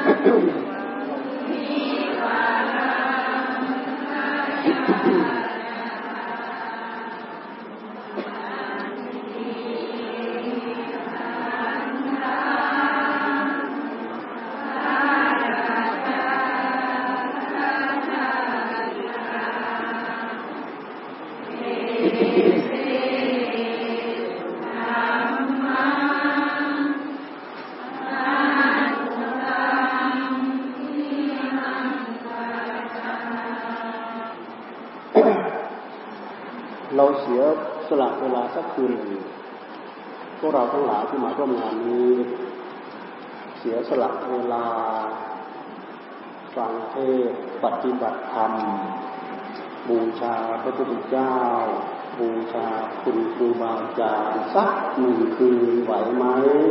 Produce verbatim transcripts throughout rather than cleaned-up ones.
เราเสียสละเวลาสักคืนหนึ่งพวกเราทั้งหลายที่มาร่วมงานนี้เสียสละเวลาฟังเทศน์ปฏิบัติธรรมบูชาพระพุทธเจ้าบูชาคุณครูบาอาจารย์สักหนึ่งคืนไหวไหม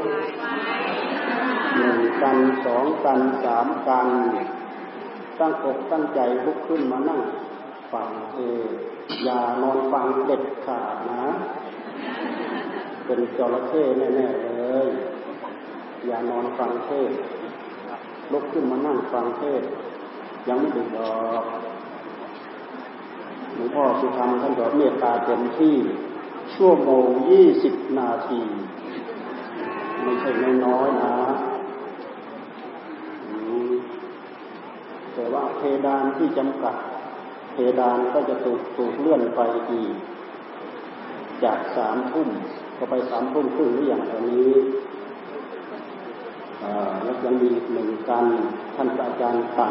หนึ่งกันสองกันสามกันตั้งอกตั้งใจลุกขึ้นมานั่งฟังเทศน์อย่านอนฟังเด็ดขาดนะเป็นจระเข้แน่ๆเลยอย่านอนฟังเทศน์ลุกขึ้นมานั่งฟังเทศน์ยังไม่ดึกหรอกหลวงพ่อสุธรรมท่านบอกเมตตาเต็มที่ชั่วโมงยี่สิบนาทีไม่ใช่น้อยๆนะแต่ว่าเพดานที่จำกัดเพดานก็จะถูกถูกเลื่อนไปอีกจากสามทุ่มก็ไปสามทุ่มครึ่งหรืออย่างตอนนี้แล้วยังมีหนึ่งกันท่านอาจารย์ตัน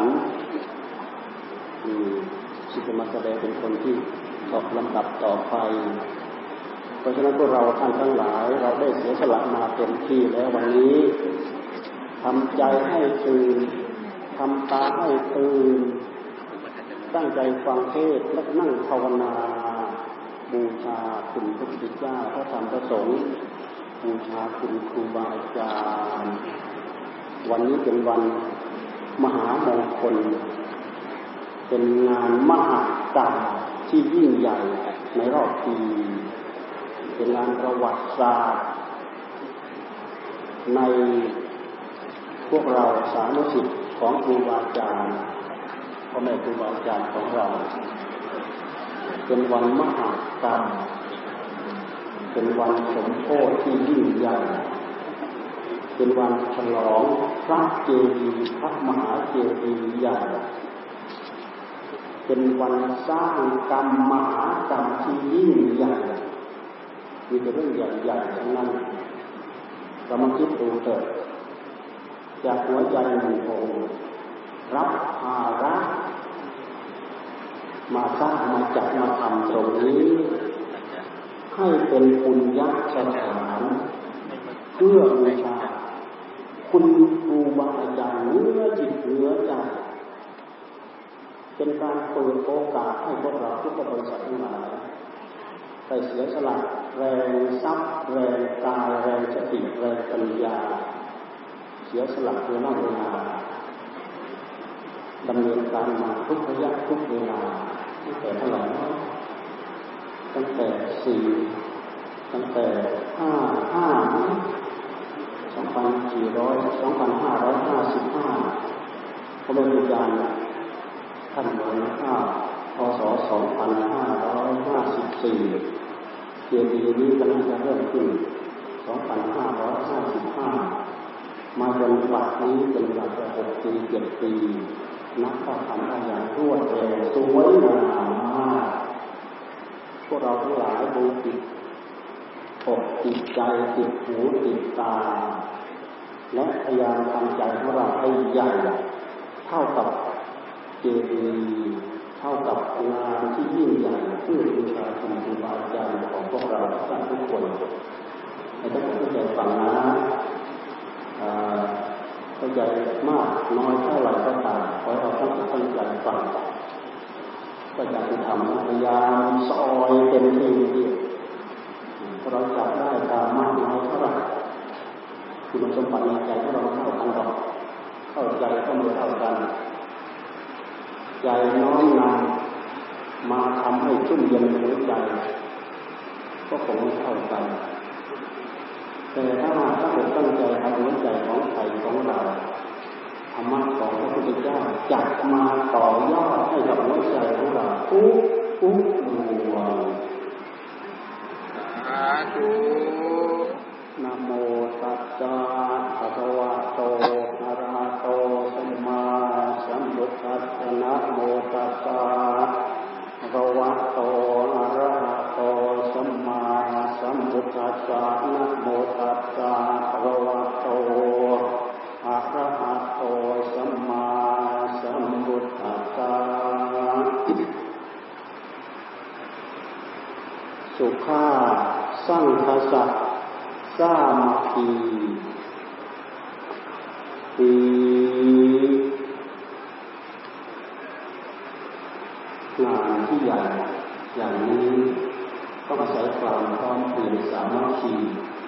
ที่จะมาแสดงเป็นคนที่ตอบลำดับต่อไปเพราะฉะนั้นพวกเราท่านทั้งหลายเราได้เสียสละมาเต็มที่แล้ววันนี้ทำใจให้ตื่นทำตาให้ตื่นตั้งใจฟังเทศน์และนั่งภาวนาบูชาคุณพระพุทธเจ้าพระธรรมพระสงฆ์บูชาคุณครูบาอาจารย์วันนี้เป็นวันมหามงคลเป็นงานมหกรรมที่ยิ่งใหญ่ในรอบปีเป็นงานประวัติศาสตร์ในพวกเราสามัญสิทธิ์ของครูบาอาจารย์พ่อแม่ครูบาอาจารย์ของเราเป็นวันมหากรรมเป็นวันสมโภชที่ยิ่งใหญ่เป็นวันฉลองพระเจดีย์พระมหาเจดีย์ใหญ่เป็นวันสร้างกรรมมหากรรมที่ยิ่งใหญ่มีแต่เรื่องใหญ่ๆทั้งนั้นเรามาคิดดูเถิดจากหัวใจหนึ่งองค์รับภาระมาสร้างมาจัดมาทำตรงนี้ให้เป็นปุญญสถานเพื่อบูชาคุณครูบาอาจารย์เนื้อจิตเนื้อใจเป็นการเปิดโอกาสให้พวกเราทุกบริษัททั้งหลายได้เสียสละแรงทรัพย์แรงกายแรงสติแรงปัญญาเสียสละเวลาเวลาดำเนินการมาทุกระยะทุกเวลาตั้งแต่เท่าไหร่ตั้งแต่สี่ตั้งแต่ห้าห้าสองพันสี่ร้อยสองพันห้าร้อยห้าสิบห้าพระบรมญาณท่านวันห้าพศสองพันห้าร้อยห้าสิบสี่เจดีย์นี้กำลังจะเริ่มขึ้นสองพันห้าร้อยห้าสิบห้ามาจนบัดนี้เป็นเวลาหกปีเจ็ดปีนับว่าทำได้อย่างรวดเร็วสวยงามมากพวกเราทั้งหลายดูติดอกติดใจติดหูติดตาและพยายามทำใจของเราให้ใหญ่เท่ากับเจดีย์เท่ากับงานที่ยิ่งใหญ่เพื่อบูชาคุณครูบาอาจารย์ของพวกเราทุกคนให้ทุกคนเข้าใจฟังนะเข้าใจมากน้อยเท่าไหร่ก็ตามขอให้เราตั้งตั้งใจฟังก็อยากจะทำพยายามซอยเต็มที่ที่เราจับได้ตามมากน้อยเท่าไหร่คุณสมบัติในใจของเราเท่ากันหรอกเข้าใจก็ไม่เท่ากันใจน้อมนำมาทำให้ชุ่มเย็นในหัวใจก็คงไม่เท่ากันแต่ถ้าถ้าเราตั้งใจทำหัวใจของใครของเราทรรมะของพระพุทธเจ้าจัดมาต่อยอดให้กับหัวใจของเราทุกทุกดวงสาธุนะโมตัสสะภะคะวะโตอะระหะโตสัมมาสัมพุทธัสสะนะโมตัสสะภะคะวะโตอะระหะโตสัมมาสัมพุทธัสสะนะโมตัสสะภะคะวะโตอะระหะโตสัมมาสัมพุทธัสสะสุขาสังฆสัจสามัคคีปีงานที่ใหญ่อย่างนี้ต้องอาศัยความพร้อมเพรียงสามัคคี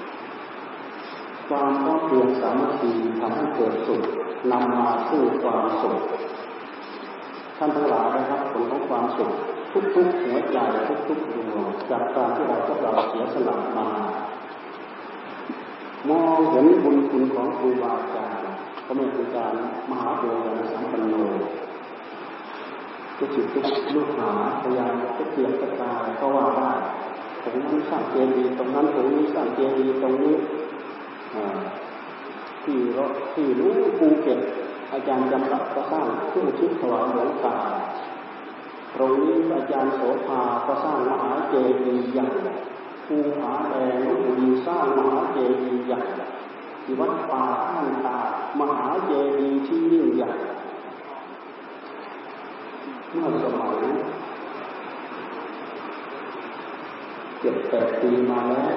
ความพร้อมเพรียงสามัคคีทำให้เกิดสุขนำมาสู่ความสุขท่านทั้งหลายนะครับผลของความสุขทุกๆหัวใจทุกๆดวงจากการที่เราพวกเราเสียสละมามองเห็นบุญคุณของครูบาอาจารย์ก็ไม่เป็นการมหาโพธิสัมปันโนทุกสิ่งทุกลูกหาพยายามจะเกียรติกายก็ว่าได้ตรงนั้นสร้างเจดีย์ตรงนั้นตรงนี้สร้างเจดีย์ตรงนี้ที่เราที่รู้ภูเก็ตอาจารย์จำรัดก็สร้างที่อุทิศถวายหลวงตาตรงนี้อาจารย์โสภาก็สร้างมหาเจดีย์ใหญ่ภูผาแดงลพบุรีสร้างมหาเจดีย์ใหญ่ที่วัดป่าท่านตามหาเจดีย์ที่ยิ่งใหญ่เมื่อสมัยเจ็ดแปดปีมาแล้ว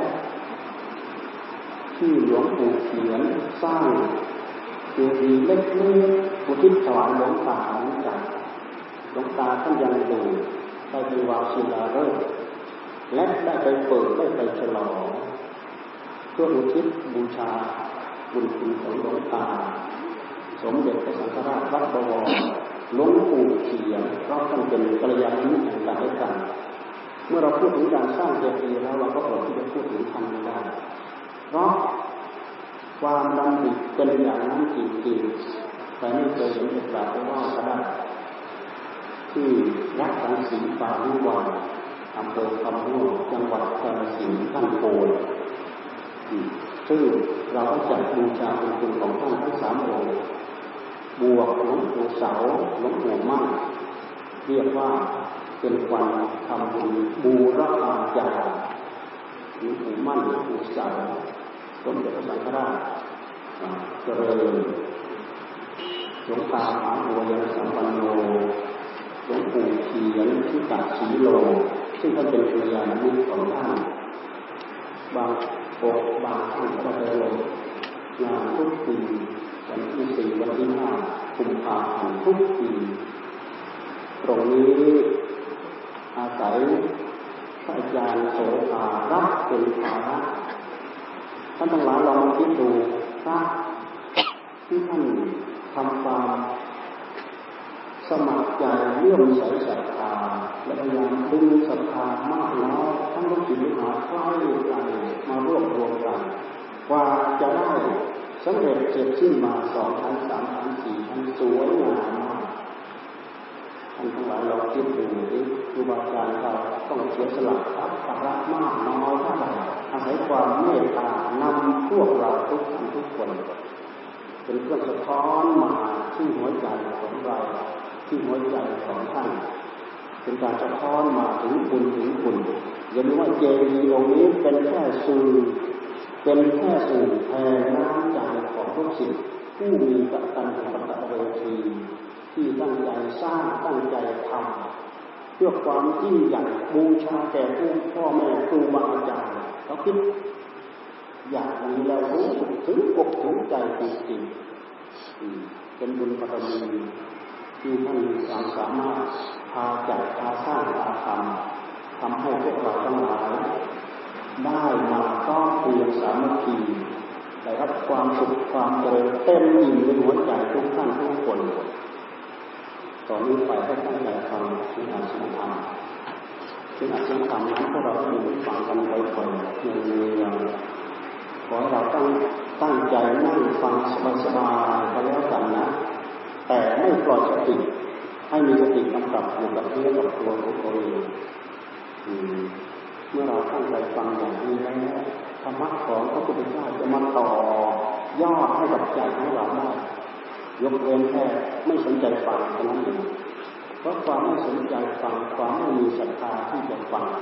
ที่หลวงปู่เขียนสร้างเจดีย์เล็กๆอุทิศถวายหลวงตาเหมือนกันหลวงตาท่านยังอยู่ได้ไปวางศิลาฤกษ์และได้ไปเปิดได้ไปฉลองเพื่ออุทิศบูชาบุญคุณของหลวงตาสมเด็จพระสังฆราชวัดบวรหลวงปู่เขียนเพราะท่านเป็นกัลยาณมิตรแห่งกันและกันเมื่อเราพูดถึงการสร้างเจดีย์แล้วเราก็อดที่จะพูดถึงท่านไม่ได้เพราะความดำริเป็นอย่างนั้นจริงๆแต่ไม่เคยเห็นเหตุการณ์ว่าก็ได้ที่วัดสังสีป่าวิวาห์อำเภอคำม่วงจังหวัดกาฬสินธุ์ท่านโพธิ์ซึ่งเราก็จัดบูชาคุณคุณของท่านทั้งสามองค์บวกหลวงปู่เสาหลวงปู่มั่นเรียกว่าเป็นวันทำบุญบูรพาจารย์หลวงปู่มั่นหลวงปู่เสาสมเด็จพระสังฆราชเจริญหลวงตามหาบัวยานสัมปันโนหลวงปู่เขียนที่ตัดสีโลซึ่งท่านเป็นกัลยาณมิตรของท่านบางองค์บางท่านก็จะลงงานทุกปีวันที่สี่วันที่ห้ากุมภาพันธ์ทุกปีตรงนี้อาศัยพระอาจารย์โสภารับเป็นภาระท่านทั้งหลายลองคิดดูพระที่ท่านทำความสมัครใจเลื่อมใสศรัทธาและพยายามดึงศรัทธามากน้อยทั้งลูกศิษย์ลูกหาใกล้กันมารวบรวมกันกว่าจะได้สำเร็จเสร็จสิ้นมาสองชั้นสามชั้นสี่ชั้นสวยงามมากท่านทั้งหลายลองคิดดูที่ครูบาอาจารย์เราต้องเสียสละรับภาระมากน้อยเท่าไหร่อาศัยความเมตตานำพวกเราทุกท่านทุกคนเป็นเครื่องสะท้อนมาที่หัวใจของเราที่หัวใจของท่านเป็นการสะท้อนมาถึงบุญถึงคุณอย่าลืมว่าเจดีย์องค์นี้เป็นแค่สื่อเป็นแค่สื่อแทนน้ำใจของทุกสิ่งผู้มีกตัญญูกตเวทีที่ตั้งใจสร้างตั้งใจทำเพื่อความยิ่งใหญ่บูชาแก่ผู้พ่อแม่ครูบาอาจารย์เขาคิดอย่างนี้แล้วรู้ถึงอกถึงใจจริงๆเป็นบุญบารมีที่ท่านมีความสามารถพาจัดพาสร้างพาทำทำให้พวกเราทั้งหลายได้มาต้อนเพียงสามัคคีได้รับความสุขความเจริญเต็มอิ่มในหัวใจทุกท่านทุกคนตอนนี้ไปให้ตั้งใจฟังสิ่งอาชีพธรรมสิ่งอาชีพธรรมนั้นพวกเราได้ฟังกันไปก่อนเนืองๆขอให้เราตั้งตั้งใจนั่งฟังสบายๆก็แล้วกันนะแต่ไม่ปล่อยสติให้มีสติกำกับอยู่กับเนื้อกับตัวของตัวเองเมื่อเราตั้งใจฟังอย่างนี้แล้วธรรมะของพระพุทธเจ้าจะมาต่อยอดให้กับใจของเราได้ยกเว้นแค่ไม่สนใจฟังเท่านั้นเองเพราะความไม่สนใจฟังความไม่มีศรัทธาที่จะฟัง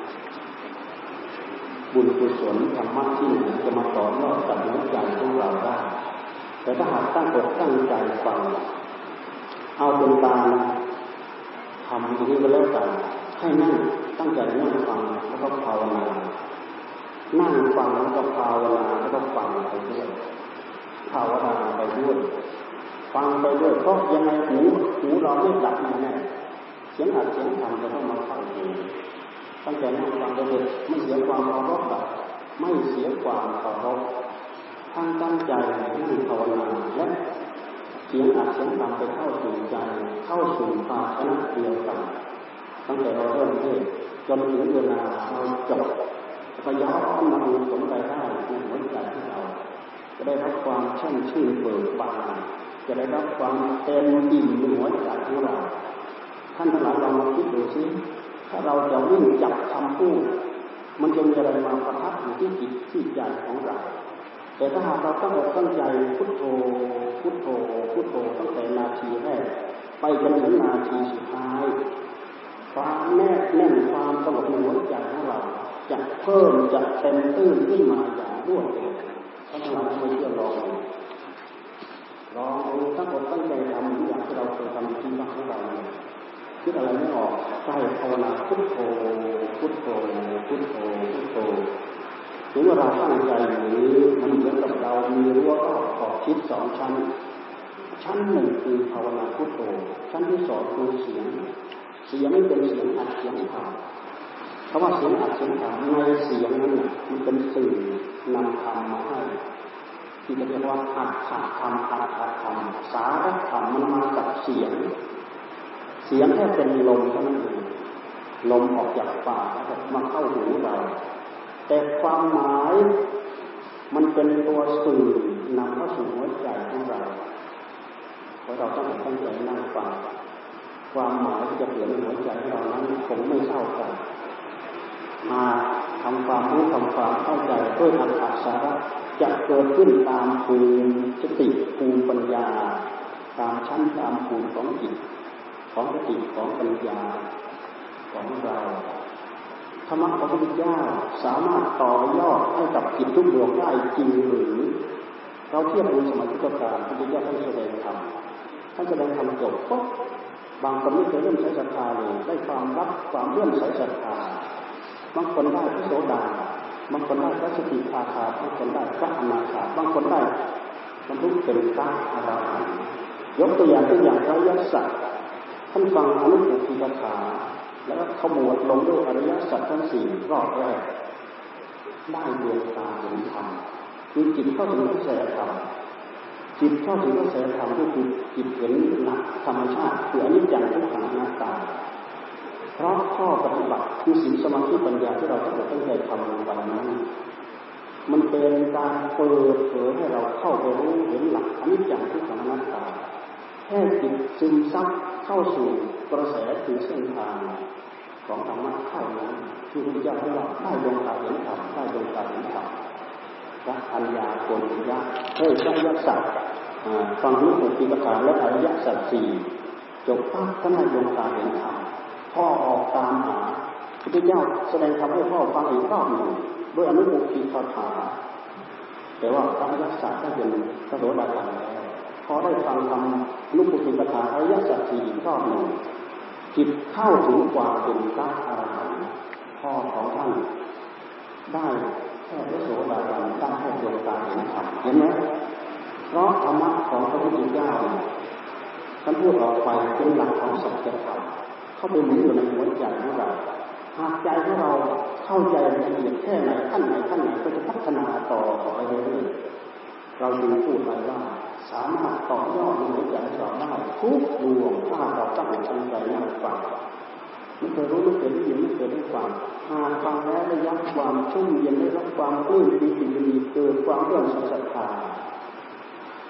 บุญกุศลธรรมะที่หนึ่งจะมาต่อยอดกับหัวใจของเราได้แต่ถ้าหากตั้งอกตั้งใจฟังเอาเป็นการทำอย่างนี้ก็แล้วกันให้นั่งตั้งใจนั่งฟังแล้วก็ภาวนานั่งฟังแล้วก็ภาวนาแล้วก็ฟังไปด้วยภาวนาไปด้วยฟังไปด้วยเพราะยังไงหูหูเราไม่หลับแน่เสียงอัดเสียงทำจะต้องมาเข้าเองตั้งใจนั่งฟังไปเลยไม่เสียความเคารพแบบไม่เสียความเคารพทั้งตั้งใจนั่งภาวนาและเสียงอัดเสียงทำไปเข้าสู่ใจเข้าสู่ภาชนะเดียวกันตั้งแต่เราเริ่มเทศจนถึงเวลาเราจบก็ย้อนมาดูผลรายได้ในหัวใจของเราจะได้รับความชื่นชื่นเบิกบานจะได้รับความเต็มอิ่มในหัวใจของเราท่านทั้งหลายลองมาคิดดูสิถ้าเราจะวิ่งจับคำพูดมันจะมีอะไรมาประทับอยู่ที่จิตที่ใจของเราแต่ถ้าหากเราตั้งอกตั้งใจพุทโธพุทโธพุทโธตั้งแต่นาทีแรกไปจนถึงนาทีสุดท้ายความแน่แน่นความสงบในหัวใจของเราจะเพิ่มจะเต็มตื้นขึ้นมาอย่างรวดเร็วถ้าเราไม่เชื่อลองลองดูตั้งอกตั้งใจทำอย่างที่เราเคยทำที่บ้านของเราคิดอะไรไม่ออกใช้ภาวนาพุทโธพุทโธพุทโธพุทโธถึงเวลาตั้งใจอย่างนี้มันเหมือนกับเรามีรั้วรอบขอบชิดสองชั้นชั้นหนึ่งคือภาวนาพุทโธชั้นที่สองคือเสียงเสียงไม่เป็นเสียงอัดเสียงทำเพราะว่าเสียงอัดเสียงทำในเสียงนั้นมันเป็นสื่อนำธรรมมาให้ที่เรียกว่าอัดขาดธรรมอัดขาดธรรมสาระธรรมมันมาจากเสียงเสียงแค่เป็นลมเท่านั้นเองลมออกจากปากแล้วมาเข้าหูเราแต่ความหมายมันเป็นตัวสื่อนำเข้าสู่หัวใจของเราเพราะเราต้องตั้งใจนั่งฟังความหมายที่จะเปลี่ยนในหัวใจของเรานั้นคงไม่เท่ากันมาทำความรู้ทำความเข้าใจด้วยอัตถสาระจะเกิดขึ้นตามภูมิสติภูมิปัญญาตามชั้นตามภูมิของจิตของสติของปัญญาของเราธรรมะของพระพุทธเจ้าสามารถต่อยอดให้กับจิตทุกดวงได้จริงหรือเราเทียบดูสมัยพุทธกาลพระพุทธเจ้าท่านแสดงธรรมท่านแสดงธรรมจบปุ๊บบางคนไม่เคยเริ่มใช้ศรัทธาเลยได้ความรับความเลื่อมใสศรัทธาบางคนได้พระโสดาบางคนได้พระสกิทาคาบางคนได้พระอนาคาบางคนได้บรรลุเป็นพระอรหันต์ยกตัวอย่างเช่นอย่างพระยศท่านฟังอนุปปิฎกถาแล้วก็ขมวดลงด้วยอริยสัจทั้งสี่รอบแรกได้ดวงตาเห็นธรรมคือจิตเข้าถึงกระแสธรรมจิตเข้าถึงกระแสธรรมก็คือจิตเห็นหลักธรรมชาติคืออนิจจังทุกขังอนัตตาเพราะข้อปฏิบัติคือศีลสมาธิปัญญาที่เราตั้งใจตั้งใจทำลงไปนั้นมันเป็นการเปิดเผยให้เราเข้าไปรู้เห็นหลักอนิจจังทุกขังอนัตตาแค่จิตซึมซับเข้าสู่กระแสคือเส้นทางของธรรมะเท่านั้นที่พระพุทธเจ้าให้เราได้ดวงตาเห็นธรรมได้ดวงตาเห็นธรรมพระอัญญาโกณฑิยะเฮ้ยพระอริยสัจฟังรู้ผลปีกถาและอริยสัจสี่จบปั๊บท่านได้ดวงตาเห็นธรรมพ่อออกตามหาพระพุทธเจ้าแสดงธรรมให้พ่อฟังอีกรอบหนึ่งด้วยอนุโมทนาคาถาแต่ว่าพระอริยสัจได้เป็นพระโสดาบันแล้วพอได้ฟังธรรมนุปปิฎกถาอริยสัจสี่รอบหนึ่งจิตเข้าถึงความเป็นพระอรหันต์พ่อของท่านได้แค่พระโสดาบันตั้งให้ดวงตาเห็นธรรมเห็นไหมเพราะธรรมะของพระพุทธเจ้าท่านพูดออกไปเป็นหลักของสัจธรรมเข้าไปหมุนอยู่ในหัวใจของเราหากใจของเราเข้าใจละเอียดแค่ไหนขั้นไหนขั้นไหนก็จะพัฒนาต่อไปเรื่อยๆเราจึงพูดไปว่าสามารถต่อยอดในหัวใจเราได้ทุกดวงถ้าเราตั้งใจตั้งใจนั่งฟังไม่เคยรู้ไม่เคยได้ยินไม่เคยได้ฟังหากฟังแล้วได้รับความชุ่มเย็นได้รับความปลื้มปิติยินดีเกิดความเลื่อมใสศรัทธา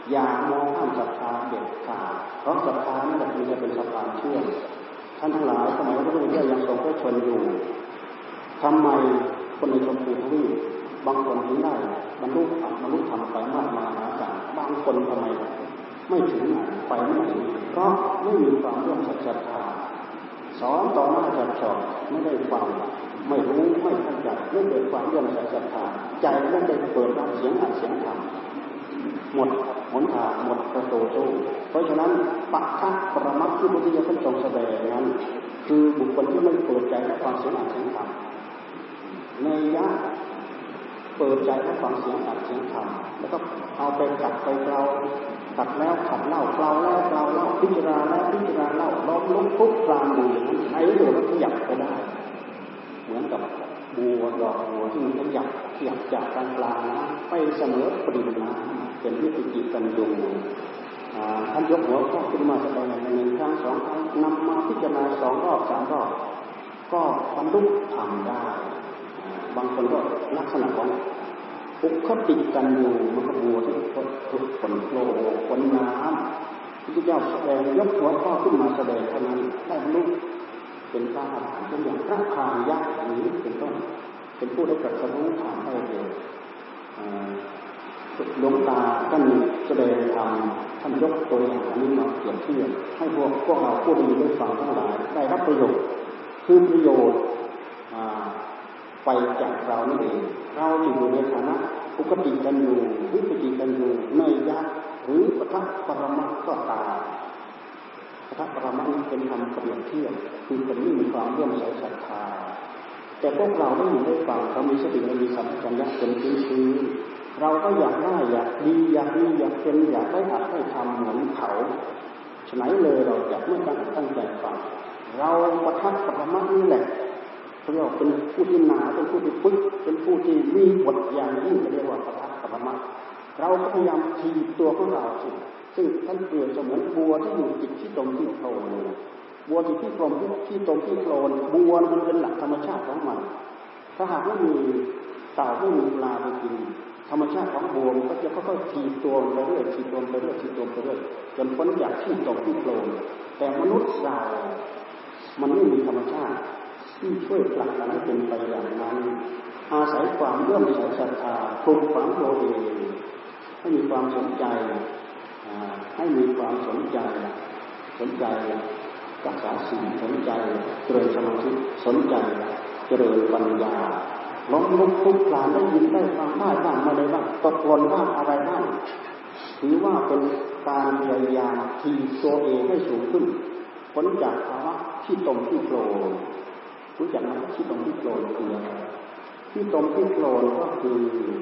อย่ามองข้ามศรัทธาเด็ดขาดเพราะศรัทธานั่นแหละคือจะเป็นสะพานเชื่อมท่านทั้งหลายสมัยพระพุทธเจ้ายังทรงพระชนอยู่ทำไมคนในชมพูทวีปบางคนถึงได้บรรลุธรรมบรรลุธรรมไปมากมายมหาศาลบางคนทำไมไม่ถึงไหนไปไม่ถึงเพราะไม่มีความเรื่องศรัทธาสอนต่อหน้าจัดจ่อไม่ได้ฟังไม่รู้ไม่เข้าใจไม่เกิดความเรื่องศรัทธาใจไม่ได้เปิดรับเสียงอัดเสียงธรรมหมดหนทางหมดประตูสู้เพราะฉะนั้นปัจจักปรมัตถ์ที่พระพุทธเจ้าท่านทรงแสดงนั้นคือบุคคลที่ไม่เปิดใจรับฟังเสียงอัดเสียงธรรมในยะเปิดใจรับฟังเสียงอัดเสียงธรรมแล้วก็เอาไปกัดไปเกลาตัดแล้วขัดเล่าเกลาแล้วเกลาเล่าพิจารณาแล้วพิจารณาเล่าล้อมลุกทุกกลางมืออย่างนั้นในเรื่องมันขยับไปได้เหมือนกับบัวดอกบัวที่มันขยับขยับจากกลางกลางนะไปเสมอปริมน้ำเป็นวิจิตรกันดูท่านยกหัวข้อขึ้นมาแสดงหนึ่งครั้งสองครั้งนำมาพิจารณาสองรอบสามรอบก็บรรลุธรรมได้บางคนก็ลักษณะของอุคติกันอยู่มันก็บัวที่ทุกคนโผล่คนน้ำที่เจ้าแสดงยกหัวข้อขึ้นมาแสดงเท่านั้นได้บรรลุเป็นพระอรหันต์เป็นอย่างพระพานยักษ์นี้เป็นต้นเป็นผู้ได้ตรัสรู้ธรรมได้เร็วหลวงตาท่านแสดงธรรมท่านยกตัวอย่างนี้มาเปรียบเทียบให้พวกพวกเราผู้ได้ยินได้ฟังทั้งหลายได้รับประโยชน์คือประโยชน์ไปจากเรานี่เองเราที่อยู่ในฐานะปกติกันอยู่วิปจิกันอยู่ในยะหรือปทัปปรมัตถ์ก็ตามปทัปปรมัตถ์นี้เป็นคำเปรียบเทียบคือเป็นไม่มีความเลื่อมใสศรัทธาแต่พวกเราได้ยินได้ฟังเรามีสติเรามีสัมปชัญญะเป็นพื้นๆเราก็อยากได้อยากดีอยากดีอยากเป็นอยากได้อัดได้ทำเหมือนเขาฉะนั้นเลยเราอยากไม่ตั้งตั้งใจฟังเราปทัปปรมัตถ์นี่แหละเรียกว่าเป็นผู้ที่หนาเป็นผู้ที่ปึ๊กเป็นผู้ที่มีบทอย่างยิ่งเรียกว่าปทัปปรมัตถ์เราก็พยายามทีตัวของเราสิซึ่งท่านเปรียบเสมือนบัวที่อยู่ติดที่ตรงที่โคลนบัวที่ที่กลมที่ที่ตรงที่โคลนบัวมันเป็นหลักธรรมชาติของมันถ้าหากไม่มีเต่าไม่มีปลาไปกินธรรมชาติของบัวมันก็จะค่อยๆทีตัวไปเรื่อยทีตัวไปเรื่อยทีตัวไปเรื่อยจนพ้นจากที่ตรงที่โคลนแต่มนุษย์เรามันไม่มีธรรมชาติที่ช่วยผลักดันให้เป็นไปอย่างนั้นอาศัยความเลื่อมใสศรัทธาปลูกฝังตัวเองให้มีความสนใจให้มีความสนใจสนใจรักษาศีลสนใจเจริญสมาธิสนใจเจริญปัญญาล้มลุกคลุกคลานได้ยินได้ฟังได้บ้างไม่ได้บ้างตกหล่นบ้างอะไรบ้างถือว่าเป็นการพยายามทีตัวเองให้สูงขึ้นพ้นจากภาวะที่ตมที่โกรธรู้จักไหมที่ตมที่โกรธคืออะไรที่ตมที่โกรธก็คือ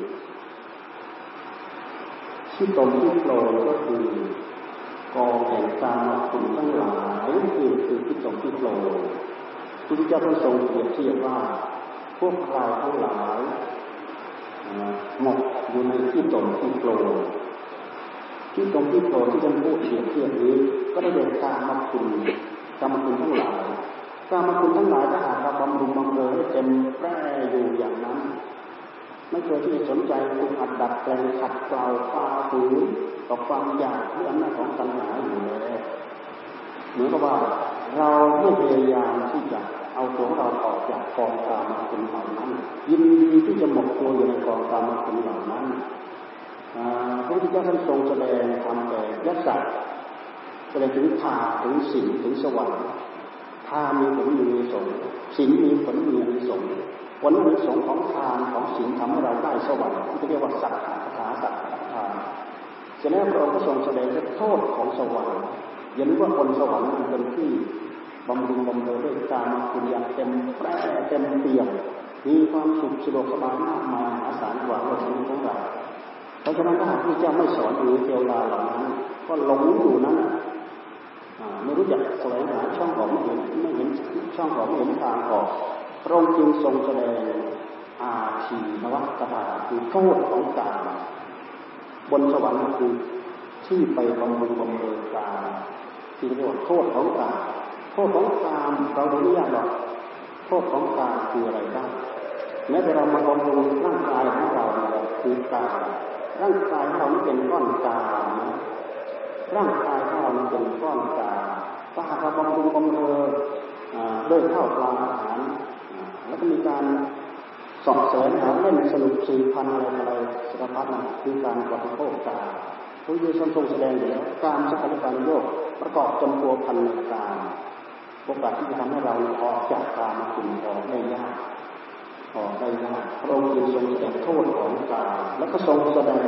ที่ตมที่โกรธก็คือกองแห่งกามคุณทั้งหลายคือคือที่ตมที่โกรธพระพุทธเจ้าทรงเปรียบเทียบว่าพวกเราทั้งหลายหมกอยู่ในที่ตมที่โกรธที่ตมที่โกรธที่ท่านพูดเปรียบเทียบนี้ก็ได้เรียกกามคุณกามคุณทั้งหลายกามคุณทั้งหลายถ้าหากเราบำรุงบำเรอให้เต็มแปร่อยู่อย่างนั้นไม่เคยที่จะสนใจฝึกหัดดัดแปลงขัดเกลาฝ่าฝืนต่อความอยากหรืออำนาจของตัณหาอยู่แล้วเหมือนกับว่าเราไม่พยายามที่จะเอาตัวเราออกจากกองกามคุณเหล่านั้นยินดีที่จะหมกตัวอยู่ในกองกามคุณเหล่านั้นพระพุทธเจ้าท่านทรงแสดงธรรมแก่ยักษ์สัตว์แสดงถึงทานถึงศีลถึงสวรรค์ทานมีผลมีอานิสงส์ศีลมีผลมีอานิสงส์ผลอานิสงส์ของทานของศีลทำให้เราได้สวรรค์ที่เรียกว่าสัพพะทาสัพพะทานเสร็จแล้วพระองค์ก็ทรงแสดงโทษของสวรรค์อย่านึกว่าคนสวรรค์มันเป็นที่บำรุงบำเรอด้วยกามคุณอย่างเต็มแปร่เต็มเปี่ยมมีความสุขสะดวกสบายมากมายมหาศาลกว่าเราทั้งทั้งหลายเพราะฉะนั้นถ้าหากพระเจ้าไม่สอนหรือเทวดาเหล่านั้นก็หลงอยู่นั้นไม่รู้จักแสวงหาช่องออกไม่เห็นไม่เห็นช่องออกไม่เห็นทางออกพระองค์จึงทรงแสดงอาชีนวัตถาคือโทษของกามบนสวรรค์คือที่ไปบำรุงบำเรอกามที่เรียกว่าโทษของกามโทษของกามเราดูไม่ยากหรอกโทษของกามคืออะไรบ้างแม้แต่เรามาบำรุงร่างกายของเราเนี่ยคือกามร่างกายของเรานี่เป็นก้อนกามร่างกายของเรานี่เป็นก้อนกามถ้าหากเราบำรุงบำเรอด้วยข้าวปลาอาหารแล้วก็มีการสอบเสริญหาเล่นสนุกสี่พันอะไรอะไรสารพัดนะคือการบริโภคกามพระเยซูทรงแสดงอยู่แล้วกามสักการการโยกประกอบจนตัวพันในกามโอกาสที่จะทำให้เราออกจากกามคุณออกได้ยากออกได้ยากพระองค์จึงทรงแสดงโทษของกามแล้วก็ทรงแสดง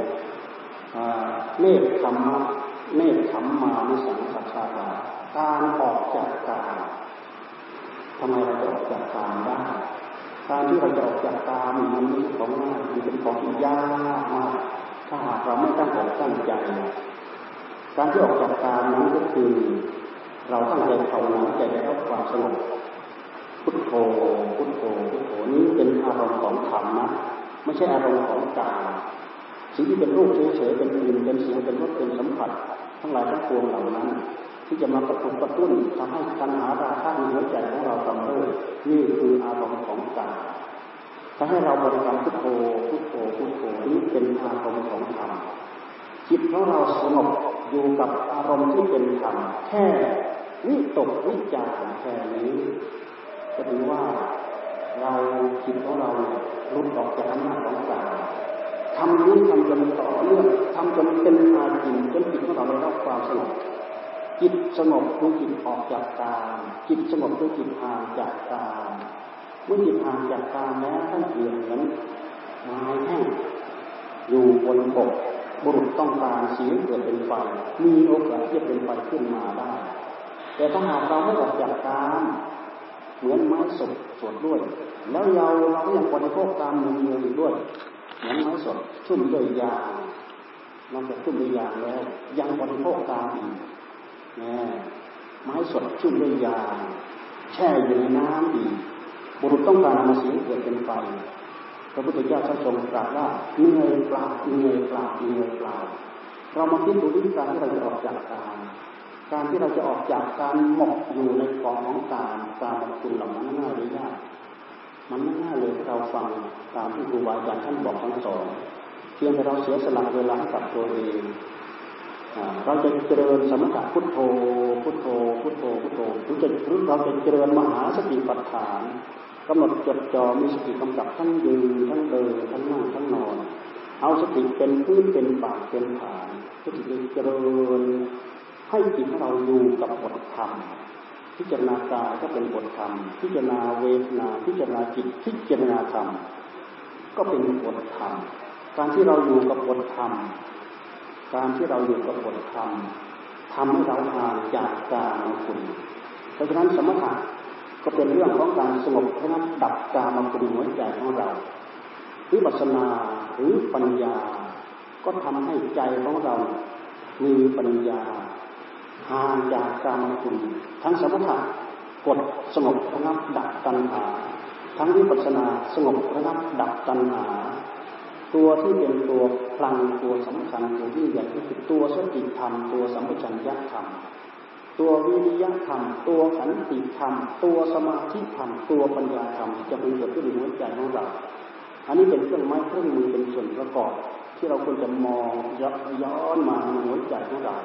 เนคขมมะเนคขมมานิสังสัจฉาการออกจากกามทำไมเราจะออกจากกามได้การที่เราจะออกจากกามมันไม่ใช่ของง่ายมันเป็นของที่ยากมากถ้าหากเราไม่ตั้งอกตั้งใจการที่ออกจากกามนั้นก็คือเราตั้งใจภาวนาใจได้รับความสงบพุทโธพุทโธพุทโธนี้เป็นอารมณ์ของธรรมนะไม่ใช่อารมณ์ของกายสิ่งที่เป็นรูปเฉยๆเป็นกลิ่นเป็นเสียงเป็นรสเป็นสัมผัสทั้งหลายทั้งปวงเหล่านั้นที่จะมากระตุ้นกระตุ้นทำให้ตัณหาราคะในหัวใจของเรากำเริบนี่คืออารมณ์ของกายถ้าให้เราบริกรรมพุทโธพุทโธพุทโธนี้เป็นอารมณ์ของธรรมจิตของเราสงบอยู่กับอารมณ์ที่เป็นธรรมแค่วิตกวิจารแค่นี้ก็ถือว่าเราจิตของเราหลุดออกจากอำนาจของกายทำนี้ทำจนต่อเนื่องทำจนเป็นอาจินจนจิตของเราได้รับความสงบจิตสงบคือจิตออกจากกามจิตสงบคือจิตห่างจากกามเมื่อจิตห่างจากกามแล้วท่านเปรียบเหมือนไม้แห้งอยู่บนบกบุรุษต้องการเสียเกิดเป็นไฟมีโอกาสที่จะเป็นไฟขึ้นมาได้แต่ถ้าหากเราไม่ออกจากกามเหมือนไม้สดสดด้วยแล้วเราเราก็ยังบริโภคกามมือมืออีกด้วยเหมือนไม้สดชุ่มด้วยยางนอกจากชุ่มด้วยยางแล้วยังบริโภคกามอีกไม้สดชุ่มด้วยยาแช่อยู่ในน้ำดีบุรุษต้องการมาเสียเกิดเป็นไฟพระพุทธเจ้าทรงตรัสว่าเหนื่อยเปล่าเหนื่อยเปล่าเหนื่อยเปล่าเรามาคิดดูที่การที่เราจะออกจากกามการที่เราจะออกจากการหมกอยู่ในกองของกามกามคุณเหล่านั้นง่ายหรือยากมันไม่ง่ายเลยเราฟังตามที่ครูบาอาจารย์ท่านบอกท่านสอนเพียงแต่เราเสียสละเวลากับตัวเองเราจะเจริญสมถะพุทโธพุทโธพุทโธพุทโธหรือจะหรือเราจะเจริญมหาสติปัฏฐานกำหนดจดจ่อมีสติกำกับทั้งยืนทั้งเดินทั้งนั่งทั้งนอนเอาสติเป็นพื้นเป็นปากเป็นฐานสติเจริญให้จิตของเราอยู่กับบทธรรมพิจารณากายก็เป็นบทธรรมพิจารณาเวทนาพิจารณาจิตพิจารณาธรรมก็เป็นบทธรรมการที่เราอยู่กับบทธรรมการที่เราอยู่กับบทธรรมทำให้เราห่างจากกามคุณเพราะฉะนั้นสมถะก็เป็นเรื่องของการสงบระงับดับกามคุณหัวใจของเราวิปัสสนาหรือปัญญาก็ทำให้ใจของเรามีปัญญาห่างจากกามคุณทั้งสมถะกดสงบระงับดับตัณหาทั้งวิปัสสนาสงบระงับดับตัณหาตัวที่เป็นตัวพลังตัวสำคัญตัวที่ใหญ่ที่สุดตัวสติธรรมตัวสัมปชัญญะธรรมตัววิริยะธรรมตัวขันติธรรมตัวสมาธิธรรมตัวปัญญาธรรมจะเป็นเกิดขึ้นในหัวใจของเราอันนี้เป็นเครื่องไม้เครื่องมือเป็นส่วนประกอบที่เราควรจะมองย้อนมาในหัวใจของเรา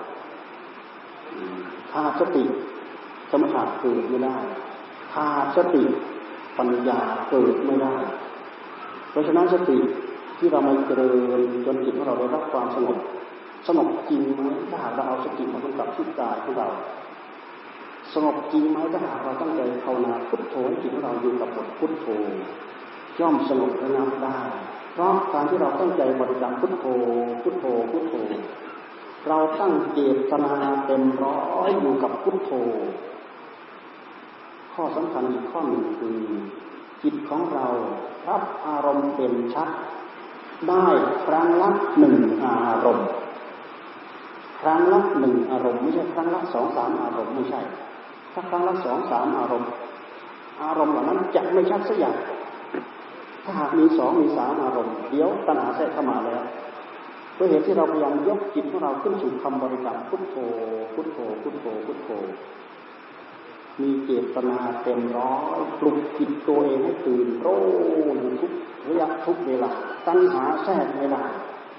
ขาดสติสมถะเกิดไม่ได้ขาดสติปัญญาเกิดไม่ได้เพราะฉะนั้นสติที่เรามาเจริญจนจิตของเราได้รับความสงบสงบจริงไหมถ้าหากเราเอาสติมากำกับที่กายของเราสงบจริงไหมถ้าหากเราตั้งใจภาวนาพุทโธให้จิตของเราอยู่กับบทพุทโธย่อมสงบระงับได้เพราะการที่เราตั้งใจบริกรรมพุทโธพุทโธพุทโธเราตั้งเจตนาเต็มร้อยอยู่กับพุทโธข้อสำคัญอีกข้อหนึ่งคือจิตของเรารับอารมณ์เป็นชัดได้ครั้งละหนึ่งอารมณ์ครั้งละหนึ่งอารมณ์ไม่ใช่ครั้งละสองสามอารมณ์ไม่ใช่ถ้าครั้งละสองสามอารมณ์อารมณ์เหล่านั้นจะไม่ชัดสักอย่างถ้าหากมีสองมีสามอารมณ์เดี๋ยวตัณหาแทรกเข้ามาแล้วด้วยเหตุที่เราพยายามยกจิตของเราขึ้นสู่คำบริกรรมพุทโธพุทโธพุทโธพุทโธมีเจตนาเต็มร้อยปลุกจิตตัวเองให้ตื่นรู้อยู่ทุกระยะทุกเวลาตัณหาแทรกไม่ได้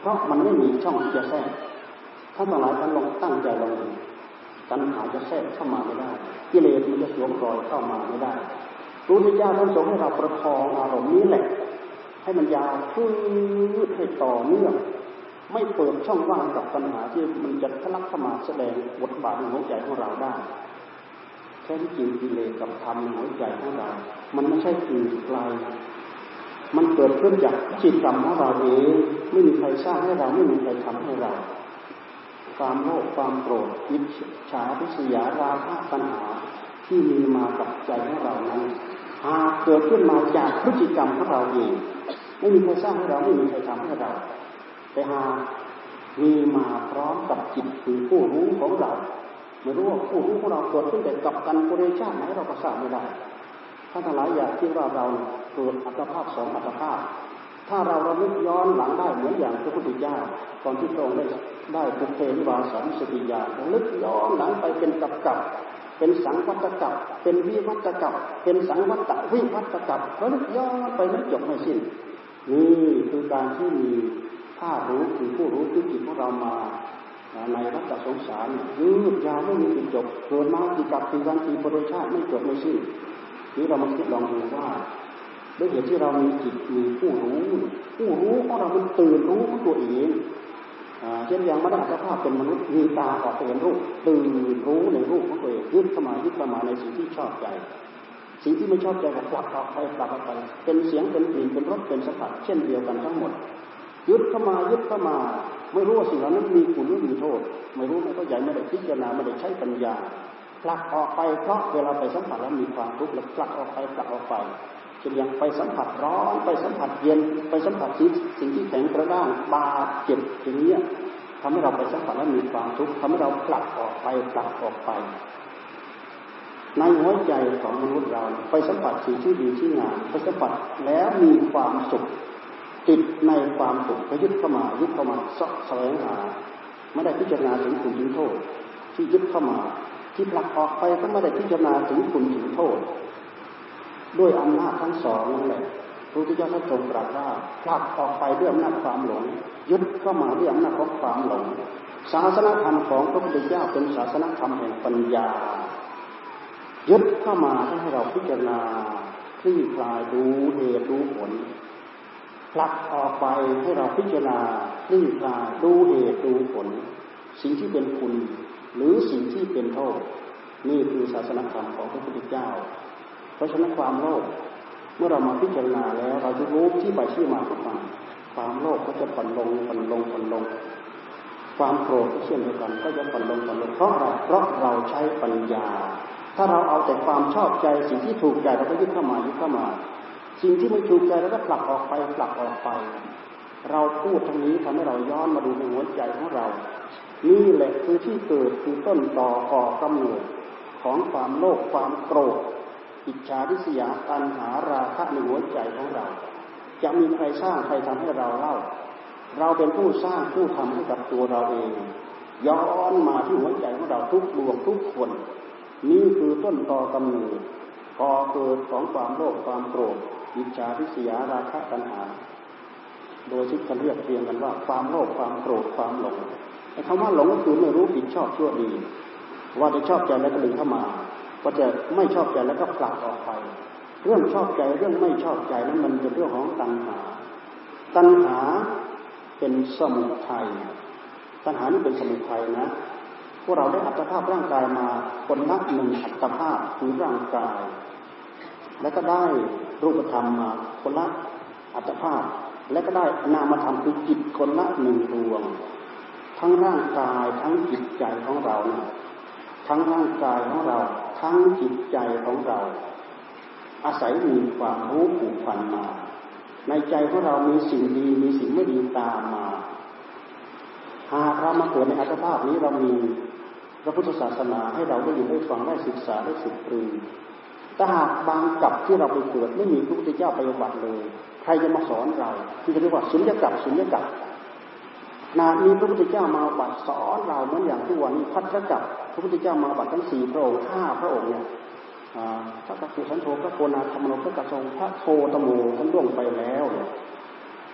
เพราะมันไม่มีช่องจะแทรกถ้าทั้งหลายท่านลองตั้งใจลองดูตัณหาจะแทรกเข้ามาไม่ได้กิเลสมันจะสวมรอยเข้ามาไม่ได้พระพุทธเจ้าท่านทรงให้เราประคองอารมณ์นี้แหละให้มันยาวพื้นให้ต่อเนื่องไม่เปิดช่องว่างกับตัณหาที่มันจะทะลักเข้ามาแสดงบทบาทในหัวใจของเราได้แค่ที่จริงกิเลสกับธรรมในหัวใจของเรามันไม่ใช่อื่นไกลมันเกิดขึ้นจากจิตกรรมของเราเองไม่มีใครสร้างให้เราไม่มีใครทำให้เราความโลภความโกรธอิจฉาริษยาราคะตัณหาที่มีมากับใจของเรานั้นหากเกิดขึ้นมาจากพฤติกรรมของเราเองไม่มีใครสร้างให้เราไม่มีใครทำให้เราแต่หากมีมาพร้อมกับจิตคือผู้รู้ของเราไม่รู้ว่าผู้รู้ของเราเกิดขึ้นแต่กับกันปุเรชาติไหนเราก็ทราบไม่ได้ถ้าทั้งหลายอยากคิดว่าเราเกิดอัตภาพสองอัตภาพถ้าเราระลึกย้อนหลังได้เหมือนอย่างพระพุทธเจ้าตอนที่พระองค์ได้ได้ปุเพนิวาสานุสติญาณระลึกย้อนหลังไปเป็นกับกับเป็นสังวัตกับเป็นวิวัตกับเป็นสังวัตวิวัตกับระลึกย้อนไปไม่จบไม่สิ้นนี่คือการที่มีธาตุรู้คือผู้รู้คือจิตของเรามาในวัฏสงสารยืดยาวไม่มีจุดจบเกิดมากี่กับกี่วันกี่ปุเรชาติไม่จบไม่สิ้นนี่เรามาคิดลองดูว่าด้วยเหตุที่เรามีจิตมีผู้รู้ผู้รู้ของเรามันตื่นรู้ของตัวเองเช่นอย่างมนุษย์ภาพเป็นมนุษย์มีตาออกไปเห็นรูปตื่นรู้ในรูปของตัวเองยึดเข้ามายึดเข้ามาในสิ่งที่ชอบใจสิ่งที่ไม่ชอบใจก็ผลักออกไปผลักออกไปเป็นเสียงเป็นกลิ่นเป็นรสเป็นสัมผัสเช่นเดียวกันทั้งหมดยึดเข้ามายึดเข้ามาไม่รู้ว่าสิ่งเหล่านั้นมีคุณหรือมีโทษไม่รู้ไม่เข้าใจไม่ได้พิจารณาไม่ได้ใช้ปัญญาผลักออกไปเพราะเวลาไปสัมผัสแล้วมีความทุกข์แล้วผลักออกไปผลักออกไปเช่นอย่างไปสัมผัสร้อนไปสัมผัสเย็นไปสัมผัสสิ่งที่แข็งกระด้างบาดเจ็บอย่างนี้ทำให้เราไปสัมผัสแล้วมีความทุกข์ทำให้เราผลักออกไปผลักออกไปในหัวใจของมนุษย์เราไปสัมผัสสิ่งที่ดีที่งามไปสัมผัสแล้วมีความสุขติดในความสุขก็ยึดเข้ามายึดเข้ามาซอกแสวงหาไม่ได้พิจารณาถึงคุณถึงโทษที่ยึดเข้ามาที่ผลักออกไปก็ไม่ได้พิจารณาถึงคุณถึงโทษด้วยอำนาจทั้งสองนั่นแหละพระพุทธเจ้าท่านทรงตรัสว่าผลักออกไปด้วยอำนาจความหลงยึดเข้ามาด้วยอำนาจของความหลงศาสนธรรมของพระพุทธเจ้าเป็นศาสนธรรมแห่งปัญญายึดเข้ามาให้เราพิจารณาคลี่คลายดูเหตุดูผลผลักออกไปให้เราพิจารณาคลี่คลายดูเหตุดูผลสิ่งที่เป็นคุณหรือสิ่งที่เป็นโทษนี่คือศาสนธรรมของพระพุทธเจ้าเพราะฉะนั้นความโลภเมื่อเรามาพิจารณาแล้วเราจะรู้ที่ไปที่มาของมันความโลภก็จะผ่อนลงผ่อนลงผ่อนลงความโกรธเช่นเดียวกันก็จะผ่อนลงผ่อนลงเพราะอะไรเพราะเราใช้ปัญญาถ้าเราเอาแต่ความชอบใจสิ่งที่ถูกใจเราก็ยึดเข้ามายึดเข้ามาสิ่งที่ไม่ถูกใจเราก็ผลักออกไปผลักออกไปเราพูดทั้งนี้ทำให้เราย้อนมาดูในหัวใจของเรานี่แหละคือที่เกิดคือต้นตอก่อกำเนิดของความโลภความโกรธอิจฉาริษยาตัณหาราคะในหัวใจของเราจะมีใครสร้างใครทำให้เราเล่าเราเป็นผู้สร้างผู้ทำให้กับตัวเราเองย้อนมาที่หัวใจของเราทุกดวงทุกคนนี่คือต้นตอกำเนิดก่อเกิดของความโลภความโกรธอิจฉาริษยาราคะตัณหาโดยที่ท่านเรียกเรียงกันว่าความโลภความโกรธความหลงไอ้คำว่าหลงก็คือไม่รู้ผิดชอบชั่วดีว่าจะชอบใจแล้วก็ดึงเข้ามาว่าจะไม่ชอบใจแล้วก็ผลักออกไปเรื่องชอบใจเรื่องไม่ชอบใจนั้นมันเป็นเรื่องของตัณหาตัณหาเป็นสมุทัยตัณหานี่เป็นสมุทัยนะพวกเราได้อัตภาพร่างกายมาคนละหนึ่งอัตภาพคือร่างกายแล้วก็ได้รูปธรรมมาคนละอัตภาพและก็ได้นามธรรมคือจิตคนละหนึ่งดวงทั้งร่างกายทั้งจิตใจของเราทั้งร่างกายของเราทั้งจิตใจของเราอาศัยมีความรู้ผูกพันมาในใจของเรามีสิ่งดีมีสิ่งไม่ดีตามมาหากเรามาเกิดในอัตภาพนี้เรามีพระพุทธศาสนาให้เราได้อยู่ได้ฟังได้ศึกษาได้ศึกษาแต่หากบางกับที่เราไปเกิดไม่มีพระพุทธเจ้าไปบัติเลยใครจะมาสอนเราที่จะเรียกว่าสุญญกัปสุญญกัปนามีพระพุทธเจ้ามาบัติสอนเราเหมือนอย่างที่วันนี้พัทธกัปพระพุทธเจ้ามาบัติทั้งสี่พระองค์ห้าพระองค์เนี่ยพระกัปปุสันโธพระโกนาคมโนพระกัสสงพระโคตโมท่านล่วงไปแล้ว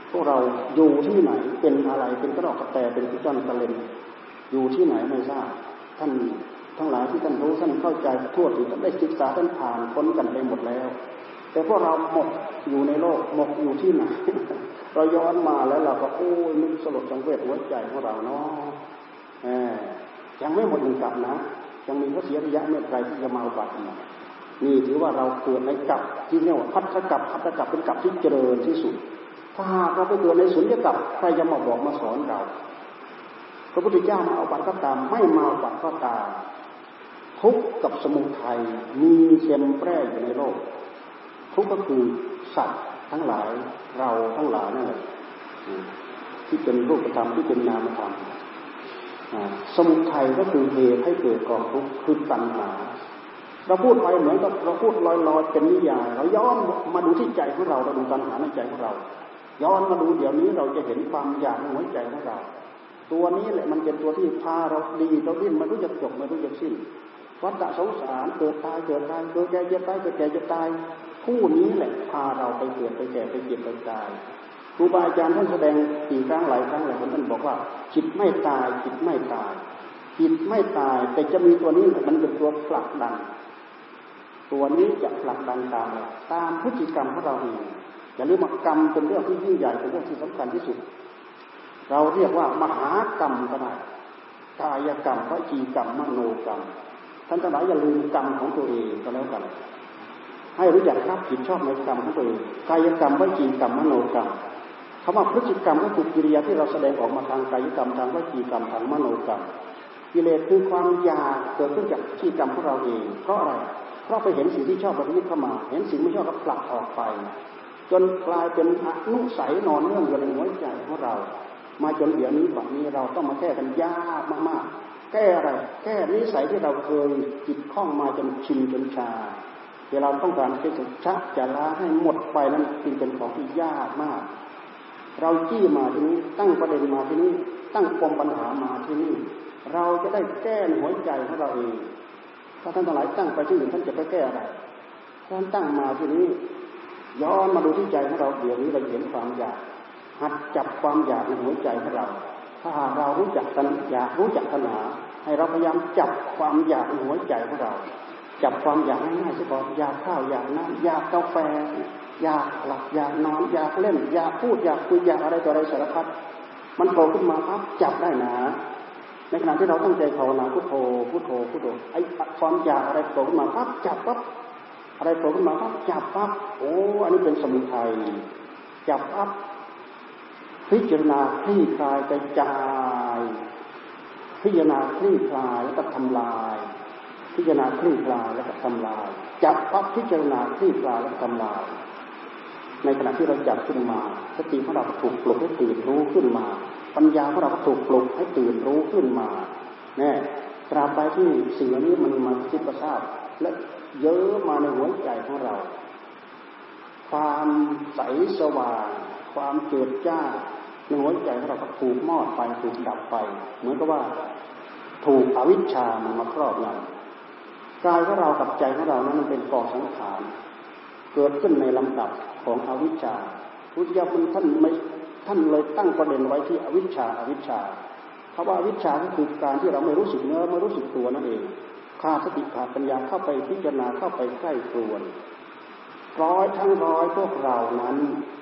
พวกเราอยู่ที่ไหนเป็นอะไรเป็นกระดอกกระแตเป็นกระจ้อนกระเลนอยู่ที่ไหนไม่ทราบท่านทั้งหลายที่ท่านรู้ท่านเข้าใจทั่วถึงท่านได้ศึกษาท่านผ่านพ้นกันไปหมดแล้วแต่พวกเราหมกอยู่ในโลกหมกอยู่ที่ไหนเราย้อนมาแล้วเราก็โอ้ยนึกสลดสังเวชหัวใจของเราเนาะแหมยังไม่หมดหนึ่งกลับนะยังมีพระเสียระยะเมตไตรที่จะมาอุบัตินี่ถือว่าเราเกิดในกลับที่เรียกว่าพัทธกลับพัทธกลับเป็นกลับที่เจริญที่สุดถ้าหากเราไปเกิดในสุญญกลับใครจะมาบอกมาสอนเราพระพุทธเจ้ามาเอาบัตรก็ตามไม่มาเอาบัตรก็ตามทุกข์กับสมุทัยมีเต็มแปร่อยู่ในโลกทุกข์ก็คือสัตว์ทั้งหลายเราทั้งหลายนั่นแหละที่เป็นรูปธรรมที่เป็นนามธรรมสมุทัยก็คือเหตุให้เกิดกองทุกข์คือตัณหาเราพูดไปเหมือนกับเราพูดลอยๆเป็นนิยายเราย้อนมาดูที่ใจของเราเราดูตัณหาในใจของเราย้อนมาดูเดี๋ยวนี้เราจะเห็นความอยากในหัวใจของเราตัวนี้แหละมันเป็นตัวที่พาเราดีเราดิ้นไม่รู้จักจบไม่รู้จักสิ้นวัฏสงสารเกิดตายเกิดตายเกิดแก่เจ็บตายเกิดแก่เจ็บตายผู้นี้แหละพาเราไปเกิดไปแก่ไปเจ็บไปตายครูบาอาจารย์ท่านแสดงกี่ครั้งหลายครั้งหลายคนท่านบอกว่าจิตไม่ตายจิตไม่ตายจิตไม่ตายแต่จะมีตัวนี้มันเป็นตัวผลักดันตัวนี้จะผลักดันตามตามพฤติกรรมของเราเองอย่าลืมว่ากรรมเป็นเรื่องที่ยิ่งใหญ่เป็นเรื่องที่สำคัญที่สุดเราเรียกว่ามหากรรมก็ได้กายกรรมวจีกรรมมโนกรรมท่านทั้งหลายอย่าลืมกรรมของตัวเองก็แล้วกันให้รู้จักรับผิดชอบในกรรมของตัวเองกายกรรมวจีกรรมมโนกรรมคำว่าพฤติกรรมก็คือกิริยาที่เราแสดงออกมาทางกายกรรมทางวจีกรรมทางมโนกรรมกิเลสคือความอยากเกิดขึ้นจากพฤติกรรมของเราเองเพราะอะไรเพราะไปเห็นสิ่งที่ชอบเรายึดเข้ามาเห็นสิ่งไม่ชอบก็ผลักออกไปจนกลายเป็นอนุสัยนอนเนื่องอยู่ในหัวใจของเรามาจนเดี๋ยวนี้บัดนี้เราต้องมาแก้กันยากมากๆแก้อะไรแก้นิสัยที่เราเคยจิตคล้องมาจนชินจนชาเวลาต้องการที่จะชักจะล้าให้หมดไปนั้นจึงเป็นของที่ยากมากเราจี้มาที่นี้ตั้งประเด็นมาที่นี้ตั้งปมปัญหามาที่นี่เราจะได้แก้หัวใจของเราเองถ้าท่านทั้งหลายตั้งไปที่อื่นท่านจะไปแก้อะไรท่านตั้งมาที่นี้ย้อนมาดูที่ใจของเราเดี๋ยวนี้เราเห็นความอยากหัดจับความอยากในหัวใจของเราถ้าหากเรารู้จักตัณอยากรู้จักตัณหาให้เราพยายามจับความอยากในหัวใจของเราจับความอยากง่ายๆซะก่อนอยากข้าวอยากน้ำอยากกาแฟอยากหลับอยากนอนอยากเล่นอยากพูดอยากคุยอยากอะไรต่ออะไรสารพัดมันโผล่ขึ้นมาปั๊บจับได้นะในขณะที่เราตั้งใจภาวนาพุทโธพุทโธพุทโธไอ้ความอยากอะไรโผล่ขึ้นมาปั๊บจับปั๊บอะไรโผล่ขึ้นมาปั๊บจับปั๊บโอ้อันนี้เป็นสมุทัยจับปั๊บพิจารณาคลี่คลายกระจายพิจารณาคลี่คลายแล้วก็ทำลายพิจารณาคลี่คลายแล้วก็ทำลายจับปั๊บพิจารณาคลี่คลายแล้วทำลายในขณะที่เราจับขึ้นมาสติของเราถูกปลุกให้ตื่นรู้ขึ้นมาปัญญาของเราก็ถูกปลุกให้ตื่นรู้ขึ้นมาแน่ตราบใดที่สิ่งเหล่านี้มันมาคิดประสาทและเยอะมาในหัวใจของเราความใสสว่างความเจิดจ้าในหัวใจของเราก็ถูกมอดไปถูกดับไปเหมือนกับว่าถูกอวิชชามันมาครอบงำกายของเรากับใจของเรานั้นมันเป็นกองสังขารเกิดขึ้นในลำดับของอวิชชาพุทธเจ้าท่านไม่ท่านเลยตั้งประเด็นไว้ที่อวิชชาอวิชชาเพราะว่าอวิชชาก็คือการที่เราไม่รู้สึกเนื้อไม่รู้สึกตัวนั่นเองขาดสติขาดปัญญาเข้าไปพิจารณาเข้าไปใกล้ครวนร้อยทั้งร้อยพวกเรานั้น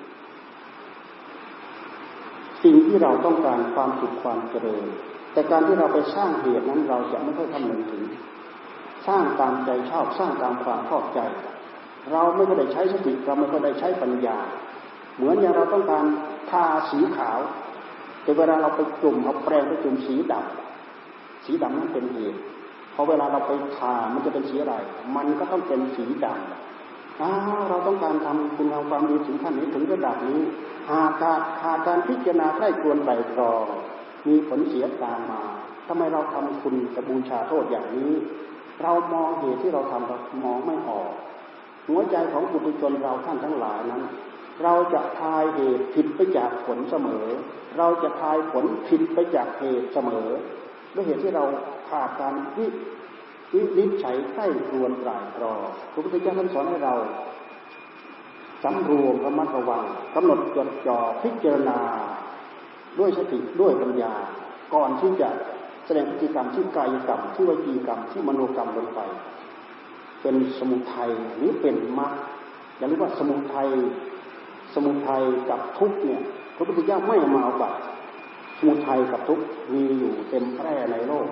สิ่งที่เราต้องการความสุขความเจริญแต่การที่เราไปสร้างเหตุนั้นเราจะไม่ค่อยคำนึงถึงสร้างตามใจชอบสร้างตามความชอบใจเราไม่ได้ใช้สติเราไม่ได้ใช้ปัญญาเหมือนอย่างเราต้องการทาสีขาวแต่เวลาเราไปจุ่มเอาแปรงไปจุ่มสีดำสีดำนั้นเป็นเหตุพอเวลาเราไปทามันจะเป็นสีอะไรมันก็ต้องเป็นสีดำอ้าวเราต้องการทำคุณงามความดีถึงขั้นนี้ถึงระดับนี้หากการหากการพิจารณาใกล้ควรไตร่ตรองมีผลเสียตามมาทำไมเราทำคุณจะบูชาโทษอย่างนี้เรามองเหตุที่เราทำเรามองไม่ออกหัวใจของปุถุชนเราท่านทั้งหลายนั้นเราจะทายเหตุผิดไปจากผลเสมอเราจะทายผลผิดไปจากเหตุเสมอด้วยเหตุที่เราขาดการวิวินิจฉัยใกล้ควรไตร่ตรองพระพุทธเจ้าท่านสอนให้เราสำรวมระมัดระวังกำหนดจดจ่อพิจารณาด้วยสติด้วยปัญญาก่อนที่จะแสดงพฤติกรรมที่กายกรรมที่วจีกรรมที่มโนกรรมลงไปเป็นสมุทัยหรือเป็นมรรคอย่าลืมว่าสมุทัยสมุทัยกับทุกข์เนี่ยพระพุทธเจ้าไม่มาเอาบัตรสมุทัยกับทุกข์มีอยู่เต็มแพร่ในโลก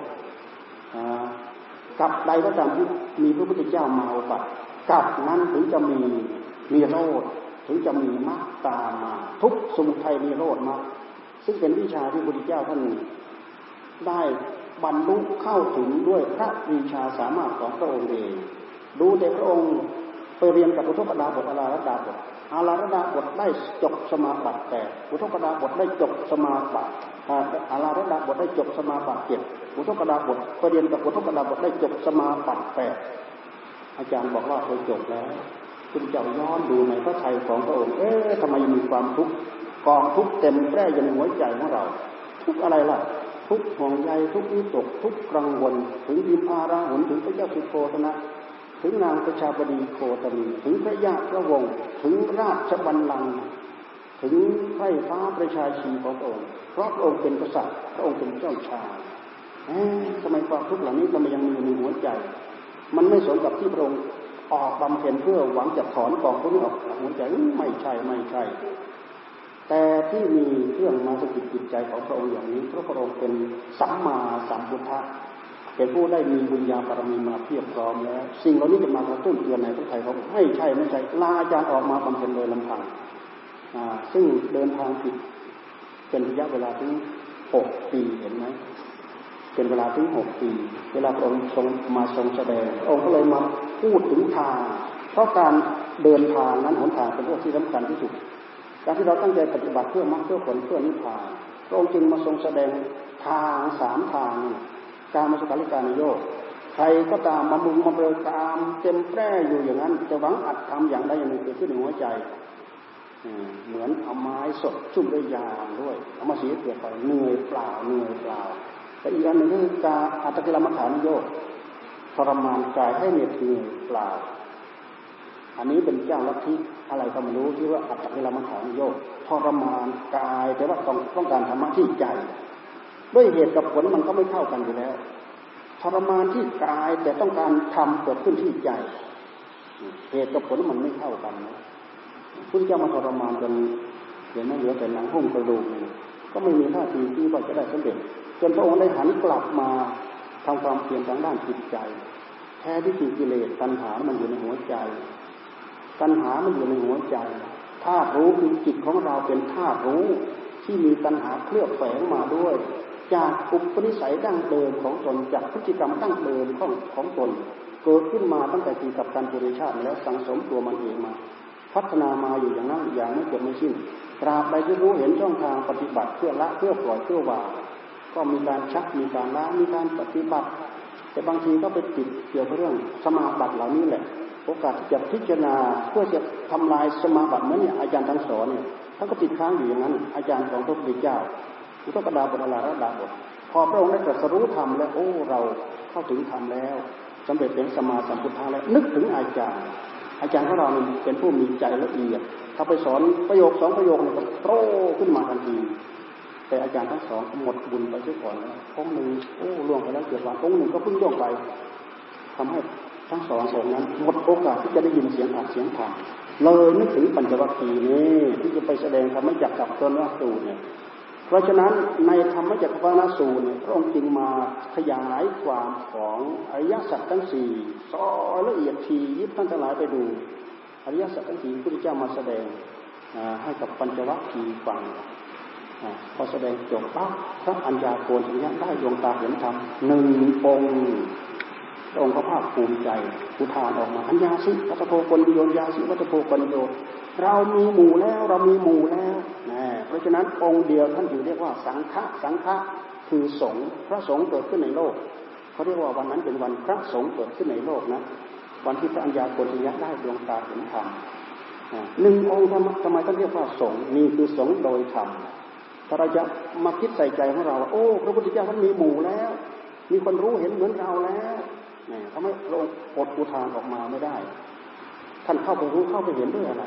กับใดก็ตามที่มีพระพุทธเจ้ามาเอาบัตรกับนั้นถึงจะมีมีโลดถึงจะมีมรรคตามมาทุกสมุทัยมีโลดมรรคซึ่งเป็นวิชาที่พระพุทธเจ้าท่านได้บรรลุเข้าถึงด้วยพระวิชาสามารถของพระองค์เองดูแต่พระองค์ไปเรียนกับอุทกดาบทอาราธดาบทอาราธดาบทได้จบสมาบัติแปดอุทกดาบทได้จบสมาบัติอาราธดาบทได้จบสมาบัติเจ็ดอุทกดาบทไปเรียนกับอุทกดาบทได้จบสมาบัติแปดอาจารย์บอกว่าเคยจบแล้วคุณเจ้าย้อนดูในพระทัยของพระองค์เอ๊ะทำไมมีความทุกข์กองทุกข์เต็มแปร่อยู่ในหัวใจของเราทุกข์อะไรล่ะทุกข์ห่วงใยทุกข์วิตกทุกข์กังวลถึงอิมอาราหุนถึงพระเจ้าสุโธทนะถึงนางประชาบดีโคตมีถึงพระญาติพระวงศ์ถึงราชบัลลังก์ถึงไพร่ฟ้าประชาชีของพระองค์เพราะพระองค์เป็นกษัตริย์พระองค์เป็นเจ้าชายเอ๊ะทำไมความทุกข์เหล่านี้ทำไมยังมีอยู่ในหัวใจมันไม่สมกับที่พระองค์ออกบำเพ็ญเพื่อหวังจะถอนกองทุกข์นี้ออกจากหัวใจไม่ใช่ไม่ใช่แต่ที่มีเครื่องมาสกิดจิตใจของพระองค์อย่างนี้เพราะพระองค์เป็นสัมมาสัมพุทธะเป็นผู้ได้มีบุญญาบารมีมาเพียบพร้อมแล้วสิ่งเหล่านี้จะมากระตุ้นเตือนในพระทัยเขาไม่ใช่ไม่ใช่ลาอาจารย์ออกมาบำเพ็ญโดยลำพังซึ่งเดินทางผิดเป็นระยะเวลาถึงหกปีเห็นไหมเป็นเวลาถึงหกปีเวลาพระองค์ทรงมาทรงแสดงพระองค์ก็เลยมาพูดถึงทางเพราะการเดินทางนั้นหนทางเป็นเรื่องที่สำคัญที่สุดการที่เราตั้งใจปฏิบัติเพื่อมรรคเพื่อผลเพื่อนิพพานพระองค์จึงมาทรงแสดงทางสามทางการมาสุขาริการนโยกใครก็ตามมามุงมาเบลอตามเต็มแปร่อยู่อย่างนั้นจะหวังอัดทำอย่างใดอย่างหนึ่งเกิดขึ้นในหัวใจเหมือนเอาไม้สดชุ่มด้วยยางด้วยเอามาสีเกิดไปเหนื่อยเปล่าเหนื่อยเปล่าแต่อีกอันหนึ่งคือการอัตตกิลมัฏฐานโยกทรมานกายให้เหน็ดเหนื่อยเปล่าอันนี้เป็นเจ้าลัทธิอะไรก็ไม่รู้ที่ว่าอัตตกิลมัฏฐานโยกทรมานกายแต่ว่าต้องต้องการธรรมะที่ใจด้วยเหตุกับผลมันก็ไม่เท่ากันอยู่แล้วทรมานที่กายแต่ต้องการทำเกิดขึ้นที่ใจเหตุกับผลมันไม่เท่ากันนะพุทธเจ้ามาทรมานจนเห็นไหมเหลือแต่หนังหุ้มกระดูกก็ไม่มีท่าทีที่ว่าจะได้สำเร็จจนพระองค์ได้หันกลับมาทำความเพียรทางด้านจิตใจแท้ที่จริงกิเลสตัณหามันอยู่ในหัวใจตัณหามันอยู่ในหัวใจธาตุรู้คือจิตของเราเป็นธาตุรู้ที่มีตัณหาเคลือบแฝงมาด้วยจากอุปนิสัยดั้งเดิมของตนจากพฤติกรรมดั้งเดิมของของตนเกิดขึ้นมาตั้งแต่ปีกับการปุริชาติแล้วสังสมตัวมันเองมาพัฒนามาอยู่อย่างนั้นอย่างไม่จบไม่สิ้นตราบใดที่รู้เห็นช่องทางปฏิบัติเพื่อละเพื่อปล่อยเพื่อวางก็มีการชักมีการละมีการปฏิบัติแต่บางทีก็ไปติดเกี่ยวกับเรื่องสมาบัติเหล่านี้แหละโอกาสที่จะพิจารณาเพื่อจะทำลายสมาบัตินั้นเนี่ยอาจารย์ทั้งสอนเนี่ยท่านก็ติดค้างอยู่อย่างนั้นอาจารย์ของพระพุทธเจ้าอุทกดาบทอาราธดาบทพอพระองค์ได้ตรัสรู้ธรรมแล้วโอ้เราเข้าถึงธรรมแล้วสำเร็จเป็นสัมมาสัมพุทธะแล้วนึกถึงอาจารย์อาจารย์ของเราเป็นผู้มีใจละเอียดถ้าไปสอนประโยคสองประโยคเนี่ยก็โตขึ้นมาทันทีแต่อาจารย์ทั้งสองหมดบุญไปเสียก่อนแล้วองค์หนึ่งโอ้ล่วงไปแล้วเกิดวันองค์หนึ่งก็เพิ่งล่วงไปทำให้ทั้งสององค์นั้นหมดโอกาสที่จะได้ยินเสียงอัดเสียงธรรมเลยนึกถึงปัญจวัคคีย์นี่ที่จะไปแสดงธรรมจักรกับต้นวัตถุเนี่ยเพราะฉะนั้นในธรรมจักรวาลสูตรเนี่ยพระองค์จึงมาขยายความของอริยสัจทั้งสี่ซอยละเอียดทียิบท่านทั้งหลายไปดูอริยสัจทั้งสี่พระพุทธเจ้ามาแสดงให้กับปัญจวัคคีย์ฟังพอแสดงจบปั๊บพระอัญญาโกณทัญญะได้ดวงตาเห็นธรรมหนึ่งองค์พระองค์ก็ภาคภูมิใจอุทานออกมาอัญญาสิวัตโพกนโยญญาสิวัตโพกนโยเรามีหมู่แล้วเรามีหมู่แล้วนะเพราะฉะนั้นองค์เดียวท่านถึงเรียกว่าสังฆะสังฆะคือสงฆ์พระสงฆ์เกิดขึ้นในโลกเขาเรียกว่าวันนั้นเป็นวันพระสงฆ์เกิดขึ้นในโลกนะวันที่พระอัญญาโกณทัญญะได้ดวงตาเห็นธรรมหนึ่งองค์ทำไมต้องเรียกว่าสงฆ์นี่คือสงฆ์โดยธรรมถ้าเราจะมาคิดใส่ใจของเราว่าโอ้พระพุทธเจ้าท่านมีหมู่แล้วมีคนรู้เห็นเหมือนเราแล้วเนี่ยทำให้เราอดอุทานออกมาไม่ได้ท่านเข้าไปรู้เข้าไปเห็นด้วยอะไร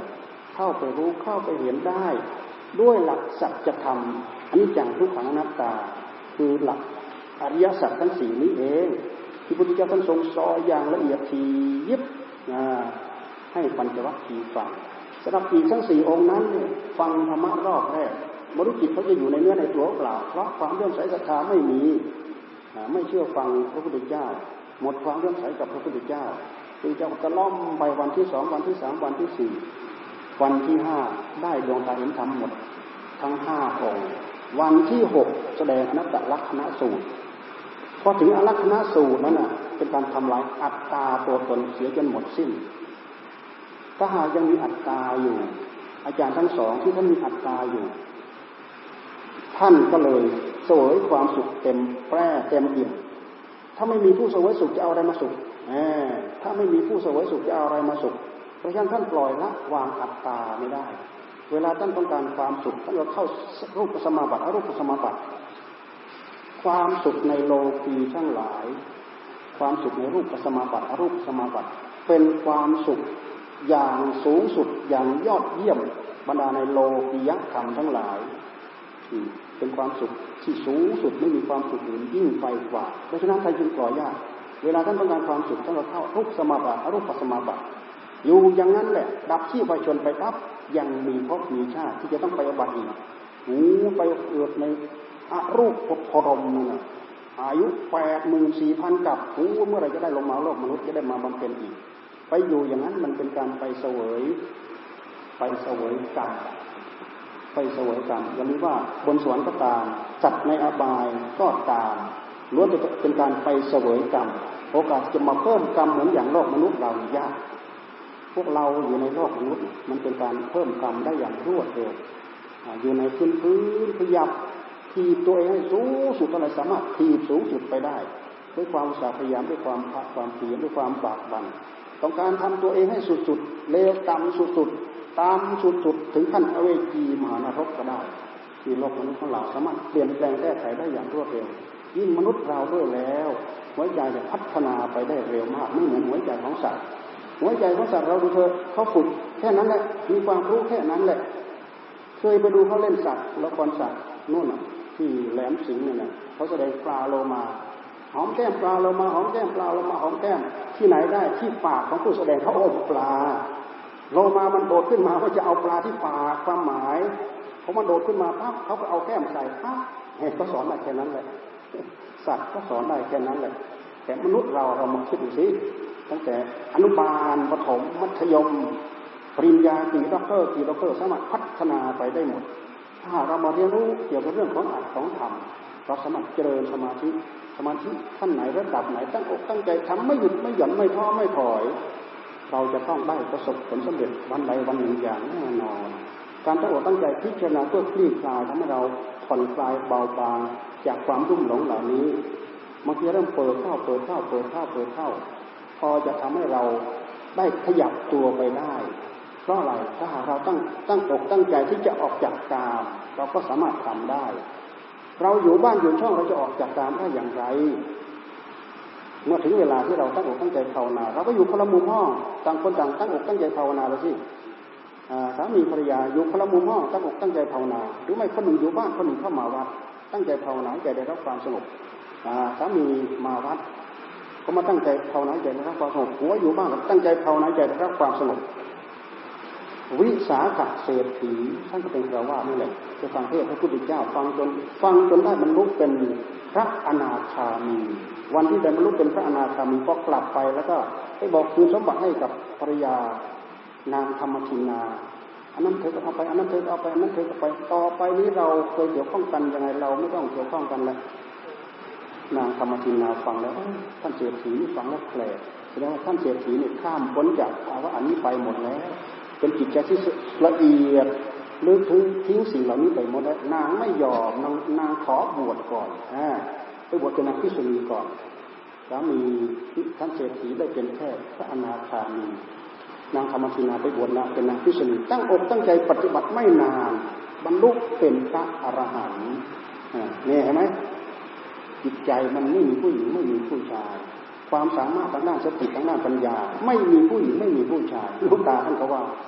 เข้าไปรู้เข้าไปเห็นได้ด้วยหลักสัจธรรมอนิจจังทุกขังอนัตตาคือหลักอริยสัจทั้งสี่นี้เองที่พระพุทธเจ้าท่านทรงสอนอย่างละเอียดถี่ยิบให้ปัญจวัคคีย์ฟังสำหรับอีกทั้งสี่องค์นั้นฟังธรรมะรอบแรกมนุษย์จิตเขาจะอยู่ในเนื้อในตัวเปล่าเพราะความเลื่อมใสศรัทธาไม่มีไม่เชื่อฟังพระพุทธเจ้าหมดความเลื่อมใสกับพระพุทธเจ้าพระพุทธเจ้าก็ล่อมไปวันที่สองวันที่สามวันที่สี่วันที่ห้าได้ดวงตาเห็นธรรมหมดทั้งห้าองค์วันที่หกแสดงอนัตตลักษณสูตรพอถึงอลักษณสูตรนั้นน่ะเป็นการทำลายอัตตาตัวตนเสียจนหมดสิ้นถ้าหากยังมีอัตตาอยู่อาจารย์ทั้งสองที่ท่านมีอัตตาอยู่ท่านก็เลยเสวยความสุขเต็มแปร่เต็มอิ่มถ้าไม่มีผู้เสวยสุขจะเอาอะไรมาสุขถ้าไม่มีผู้เสวยสุขจะเอาอะไรมาสุขเพราะฉะนั้นท่านปล่อยละวางอัตตาไม่ได้เวลาท่านต้องการความสุขท่านก็เข้ารูปสมาบัติอรูปสมาบัติความสุขในโลกีทั้งหลายความสุขในรูปสมาบัติอรูปสมาบัติเป็นความสุขอย่างสูงสุดอย่างยอดเยี่ยมบรรดาในโลกียธรรมทั้งหลายเป็นความสุขที่สูงสุดไม่มีความสุขอื่นยิ่งไปกว่าเพราะฉะนั้นท่านจึงปล่อยยากเวลาท่านต้องการความสุขท่านก็เข้ารูปสมาบัติอรูปสมาบัติอยู่อย่างนั้นแหละดับที่ไปชนไปปั๊บยังมีภพมีชาติที่จะต้องไปอบัติอีกหูไปเกิดในอรูปพรหมนั่นน่ะอายุแปดหมื่นสี่พันกับหูเมื่อไรจะได้ลงมาโลกมนุษย์จะได้มาบำเพ็ญอีกไปอยู่อย่างนั้นมันเป็นการไปเสวยไปเสวยกรรมไปเสวยกรรมอย่างนี้ว่าบนสวรรค์ก็ตามสัตว์ในอบายก็ตามล้วนจะเป็นการไปเสวยกรรมโอกาสจะมาเพิ่มกรรมเหมือนอย่างโลกมนุษย์เรายากพวกเราอยู่ในโลกมนุษย์มันเป็นการเพิ่มกรรมได้อย่างรวดเร็วอยู่ในพื้นพื้นขยับทีตัวเองให้สูงสุดอะไรสามารถทีสูงสุดไปได้ด้วยความสาพยายามด้วยความภาคความเพียรด้วยความบากบั่นต้องการทำตัวเองให้สุดๆเลวต่ำสุดๆตามสุดๆถึงขั้นอเวจีมหานรกก็ได้ที่โลกมนุษย์ของเราสามารถเปลี่ยนแปลงแก้ไขได้อย่างรวดเร็วยิ่งมนุษย์เราด้วยแล้วหัวใจจะพัฒนาไปได้เร็วมากไม่เหมือนหัวใจของสัตว์หัวใจของสัตว์เราดูเถอะเขาฝึกแค่นั้นแหละมีความรู้แค่นั้นแหละเคยไปดูเขาเล่นสัตว์ละครสัตว์นู่นน่ะที่แหลมสิงห์นั่นน่ะเขาแสดงปลาโลมาหอมแก้มปลาโลมาหอมแก้มปลาโลมาหอมแก้มที่ไหนได้ที่ปากของผู้แสดงเขาโอบปลาโลมามันโดดขึ้นมาว่าจะเอาปลาที่ปากความหมายเขามันโดดขึ้นมาปั๊บเขาก็เอาแก้มใส่ปั๊บเห็นเขาสอนได้แค่นั้นแหละสัตว์ก็สอนได้แค่นั้นแหละแต่มนุษย์เราเรามาคิดดูสิตั้งแต่อนุบาลประถมมัธยมปริญญากี่ด็อกเตอร์กี่ด็อกเตอร์สามารถพัฒนาไปได้หมดถ้าเรามาเรียนรู้เกี่ยวกับเรื่องของอัตของธรรมเราสามารถเจริญสมาธิสมาธิขั้นไหนระดับไหนตั้งอกตั้งใจทำไม่หยุดไม่หย่อนไม่ท้อไม่ถอยเราจะต้องได้ประสบผลสำเร็จวันใดวันหนึ่งอย่างแน่นอนการตั้งอกตั้งใจพิจารณาเพื่อคลี่คลายทำให้เราผ่อนคลายเบาบางจากความรุ่มหลงเหล่านี้บางทีเริ่มเปิดเข้าเปิดเข้าเปิดเข้าเปิดเข้าพอจะทำให้เราได้ขยับตัวไปได้เพราะอะไรถ้าหากเราตั้งตั้งอกตั้งใจที่จะออกจากกามเราก็สามารถทำได้เราอยู่บ้านอยู่ช่องเราจะออกจากกามได้อย่างไรเมื่อถึงเวลาที่เราตั้งอกตั้งใจภาวนาเราก็อยู่คนละมุมห้องต่างคนต่างตั้งอกตั้งใจภาวนาเลยสิสามีภรรยาอยู่คนละมุมห้องตั้งอกตั้งใจภาวนาหรือไม่คนหนึ่งอยู่บ้านคนหนึ่งเข้ามาวัดตั้งใจภาวนาใจได้รับความสงบสามีมาวัดก็มาตั้งใจภาวนาใจได้รับความสงบหัวอยู่บ้านตั้งใจภาวนาใจได้รับความสงบวิสาขเศรษฐีท่านก็เป็นคฤหัสถ์นี่แหละจะฟังเทศน์พระพุทธเจ้าฟังจนฟังจนได้บรรลุเป็นพระอนาคามีวันที่ได้บรรลุเป็นพระอนาคามีก็กลับไปแล้วก็ไปบอกคืนสมบัติให้กับภรรยานางธรรมทินนาอันนั้นเธอก็เอาไปอันนั้นเธอก็เอาไปอันนั้นเธอก็ไปต่อไปนี้เราเคยเกี่ยวข้องกันยังไงเราไม่ต้องเกี่ยวข้องกันแล้วนางธรรมทินนาฟังแล้วท่านเศรษฐีฟังแล้วแปลกแสดงว่าท่านเศรษฐีเนี่ยข้ามพ้นจากภาวะอันนี้ไปหมดแล้วเป็นจิตใจที่ละเอียดลึกถึงทิ้งสิ่งเหล่านี้ไปหมดแล้วนางไม่ยอมนางนางขอบวชก่อนอ่าไปบวชเป็นนางภิกษุณีก่อนสามีท่านเศรษฐีได้เป็นแค่พระอนาคามีนางธรรมทินนาไปบวชนะเป็นนางภิกษุณีตั้งอกตั้งใจปฏิบัติไม่นานบรรลุเป็นพระอรหันต์อ่าเนี่ยเห็นไหมจิตใจมันไม่มีผู้หญิงไม่มีผู้ชายความสามารถทางด้านสติทางด้านปัญญาไม่มีผู้หญิงไม่มีผู้ชายหลวงตาท่านก็ว่า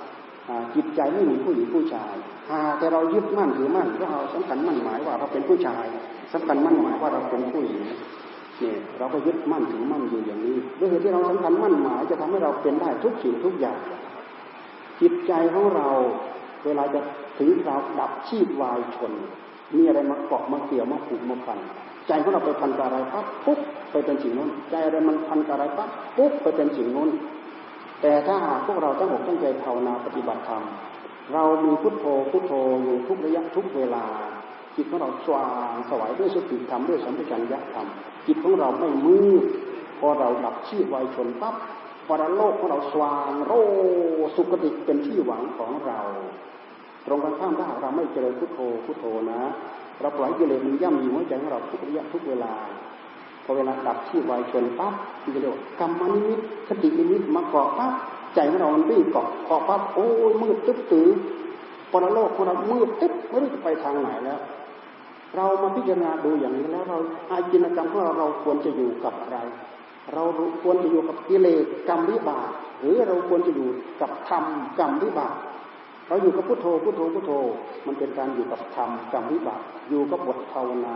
จิตใจไม่มีผู้หญิงผู้ชายหากแต่เรายึดมั่นถือมั่นเราสำคัญมั่นหมายว่าเราเป็นผู้ชายสำคัญมั่นหมายว่าเราเป็นผู้หญิงเนี่ยเราก็ยึดมั่นถือมั่นอยู่อย่างนี้ด้วยเหตุที่เราสำคัญมั่นหมายจะทำให้เราเป็นได้ทุกสิ่งทุกอย่างจิตใจของเราเวลาจะถึงคราวดับชีพวายชนมีอะไรมาเกาะมาเกี่ยวมาผูกมาพันใจของเราไปพันกับอะไรปั๊บปุ๊บไปเป็นสิ่งนั้นใจอะไรมันพันกับอะไรปั๊บปุ๊บไปเป็นสิ่งนั้นแต่ถ้าหากพวกเราตั้งอกตั้งใจภาวนาปฏิบัติธรรมเรามีพุทโธพุทโธอยู่ทุกระยะทุกเวลาจิตของเราสว่างสวัยด้วยสติธรรมด้วยสัมปชัญญะธรรมจิตของเราไม่มืดพอเราดับชีพวายชนปั๊บพอโลกของเราสว่างโรสุคติเป็นที่หวังของเราตรงกันข้ามถ้าเราไม่เจริญพุทโธพุทโธนะเราปล่อยกิเลสมันย่ำอยู่หัวใจของเราทุกระยะทุกเวลาพอเวลาดับชีพวายชนปั๊บที่เรียกว่ากรรมนิมิตสตินิมิตมาเกาะปั๊บใจของเรามันวิ่งเกาะเกาะปั๊บโอ้ยมืดตึ๊บตื้อพอโลกของเรามืดตึ๊บไม่รู้จะไปทางไหนแล้วเรามาพิจารณาดูอย่างนี้แล้วเราอาจินกรรมของเราเราควรจะอยู่กับอะไรเราควรจะอยู่กับกิเลสกรรมวิบากหรือเราควรจะอยู่กับธรรมกรรมวิบากเราอยู่กับพุทโธพุทโธพุทโธมันเป็นการอยู่กับธรรมกรรมวิบากอยู่กับบทภาวนา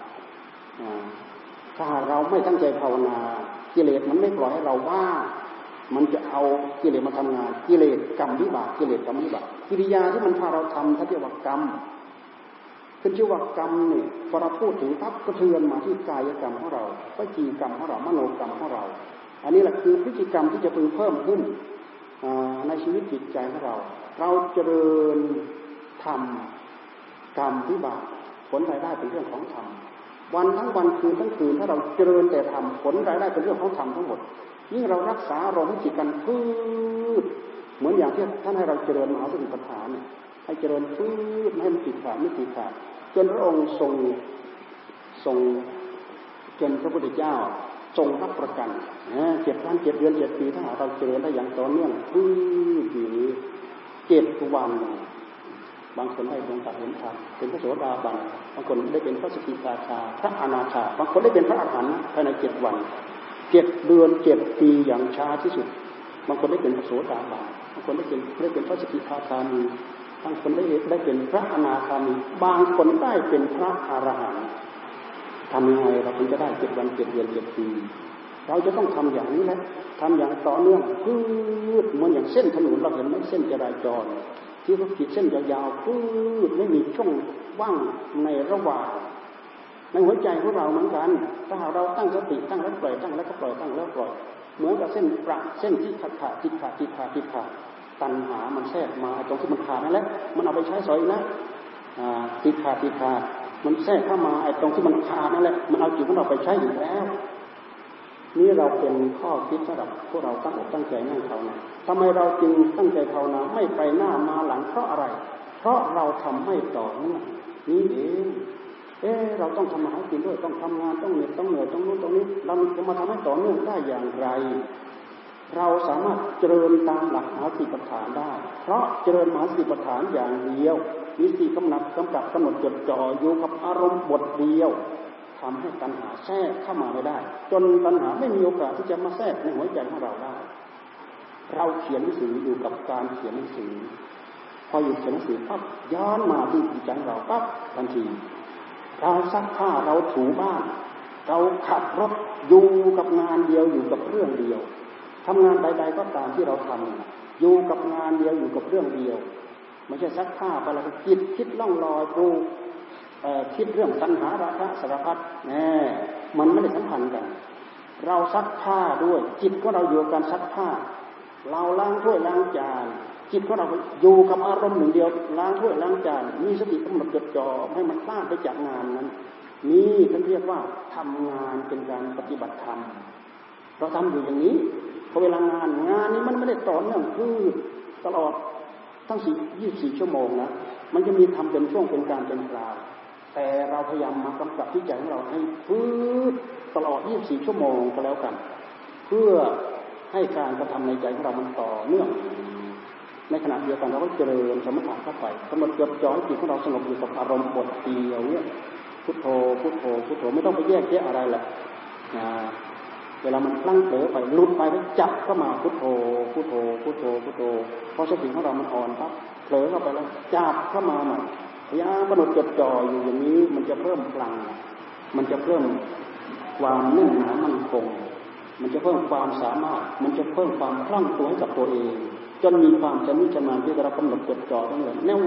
ถ้าเราไม่ตั้งใจภาวนากิเลสมันไม่ปล่อยให้เราว่ามันจะเอากิเลสมาทำงานกิเลสกรรมวิบากกิเลสกรรมวิบากกิริยาที่มันพาเราทำถ้าเรียกว่ากรรมขึ้นชื่อว่ากรรมเนี่ยพอเราพูดถึงปั๊บกระเทือนมาที่กายกรรมของเราวจีกรรมของเรามโนกรรมของเราอันนี้แหละคือพฤติกรรมที่จะพึงเพิ่มขึ้นในชีวิตจิตใจของเราเราเจริญธรรมกรรมวิบากผลรายได้เป็นเรื่องของธรรมวันทั้งวันคืนทั้งคืนถ้าเราเจริญแต่ธรรมผลรายได้เป็นเรื่องของธรรมทั้งหมดยิ่งเรารักษาอารมณ์ให้จิตกันพืชเหมือนอย่างที่ท่านให้เราเจริญมหาสติปัฏฐานเนี่ยให้เจริญพืชให้มันติดขาดไม่ติดขาดจนพระองค์ทรงทรงจนพระพุทธเจ้าทรงรับประกันเจ็ดวันเจ็ดเดือนเจ็ดปีถ้าเราเจริญได้อย่างต่อเนื่องพืชอยู่นี้เจ็ดวันบางคนได้ดวงตาเห็นธรรมเป็นพระโสดาบันบางคนได้เป็นพระสกิทาคาพระอนาคาบางคนได้เป็นพระอรหันต์ภายในเจ็ดวันเจ็ดเดือนเจ็ดปีอย่างช้าที่สุดบางคนได้เป็นพระโสดาบันบางคนได้เป็นได้เป็นพระสกิทาคามีบางคนได้ได้เป็นพระอนาคามีบางคนได้เป็นพระอรหันต์ทำยังไงเราถึงจะได้เจ็ดวันเจ็ดเดือนเจ็ดปีเราจะต้องทำอย่างนี้แหละทำอย่างต่อเนื่องพืชเหมือนอย่างเส้นถนนเราเห็นไหมเส้นจราจรที่รถขีดเส้นยาวๆพืชไม่มีช่องว่างในระหว่างในหัวใจของเราเหมือนกันถ้าเราตั้งสติตั้งแล้วปล่อยตั้งแล้วก็ปล่อยตั้งแล้วปล่อยเหมือนกับเส้นประเส้นที่ขาดขาดติดขาดติดขาดติดขาดตัณหามันแทรกมาตรงที่มันขาดนั่นแหละมันเอาไปใช้สอยนะติดขาดติดขาดมันแทรกเข้ามาไอ้ตรงที่มันขาดนั่นแหละมันเอาจิตของเราไปใช้อยู่แล้วนี่เราเป็นข้อคิดสำหรับพวกเราตั้งอกตั้งใจนั่งภาวนาทำไมเราจึงตั้งใจภาวนาไม่ไปหน้ามาหลังเพราะอะไรเพราะเราทำไม่ต่อเนื่องนี่เองเออเราต้องทำมาหากินด้วยต้องทำงานต้องเหนื่อยต้องเหนื่อยต้องนู้นต้องนี้เราจะมาทำให้ต่อเนื่องได้อย่างไรเราสามารถเจริญตามหลักมหาสติปัฏฐานได้เพราะเจริญมหาสติปัฏฐานอย่างเดียวมีสติกำหนดกำกับกำหนดจดจ่ออยู่กับอารมณ์บทเดียวทำให้ตัณหาแทรกเข้ามาไม่ได้จนตัณหาไม่มีโอกาสที่จะมาแทรกในหัวใจของเราได้เราเขียนหนังสืออยู่กับการเขียนหนังสือพอหยุดเขียนหนังสือปั๊บย้อนมาที่จิตใจเราปั๊บทันทีเราซักผ้าเราถูบ้านเราขับรถอยู่กับงานเดียวอยู่กับเรื่องเดียวทำงานใดๆก็ตามที่เราทำอยู่กับงานเดียวอยู่กับเรื่องเดียวไม่ใช่ซักผ้าไปแล้วก็คิดคิดล่องลอยปรุงคิดเรื่องตัณหาราคะสารพัดแน่มันไม่ได้สัมพันธ์กันเราซักผ้าด้วยจิตของเราอยู่กับการซักผ้าเราล้างถ้วยล้างจานจิตของเราอยู่กับอารมณ์หนึ่งเดียวล้างถ้วยล้างจานมีสติกำหนดจดจ่อให้มันพลาดไปจากงานนั้นนี่ท่านเรียกว่าทำงานเป็นการปฏิบัติธรรมเราทำอยู่อย่างนี้พอเวลางานงานนี้มันไม่ได้ต่อเนื่องคือตลอดทั้งสี่ยี่สิบสี่ชั่วโมงนะมันจะมีทำเป็นช่วงเป็นการเป็นคราวแต่เราพยายามมากำกับที่ใจของเราให้พืชตลอดยี่สิบสี่ชั่วโมงก็แล้วกันเพื่อให้การกระทำในใจของเรามันต่อเนื่องในขณะเดียวกันเราก็เจริญสมถะเข้าไปกำหนดจดจ่อจิตของเราสงบอยู่กับอารมณ์บทเดียวเนี่ยพุทโธพุทโธพุทโธไม่ต้องไปแยกแยะอะไรแหละวลามันพลั้งเผลอไปหลุดไปแล้วจับเข้ามาพุทโธพุทโธพุทโธพุทโธพอสติของเรามันอ่อนปั๊บเผลอเข้าไปแล้วจับเข้ามาใหม่พยายามกำหนดจดจ่ออยู่อย่างนี้มันจะเพิ่มพลังมันจะเพิ่มความแน่นหนามั่นคงมันจะเพิ่มความสามารถมันจะเพิ่มความคล่องตัวให้กับตัวเองจนมีความชำนิชำนาญที่เรากำหนดจดจ่อทั้งหมดแน่ว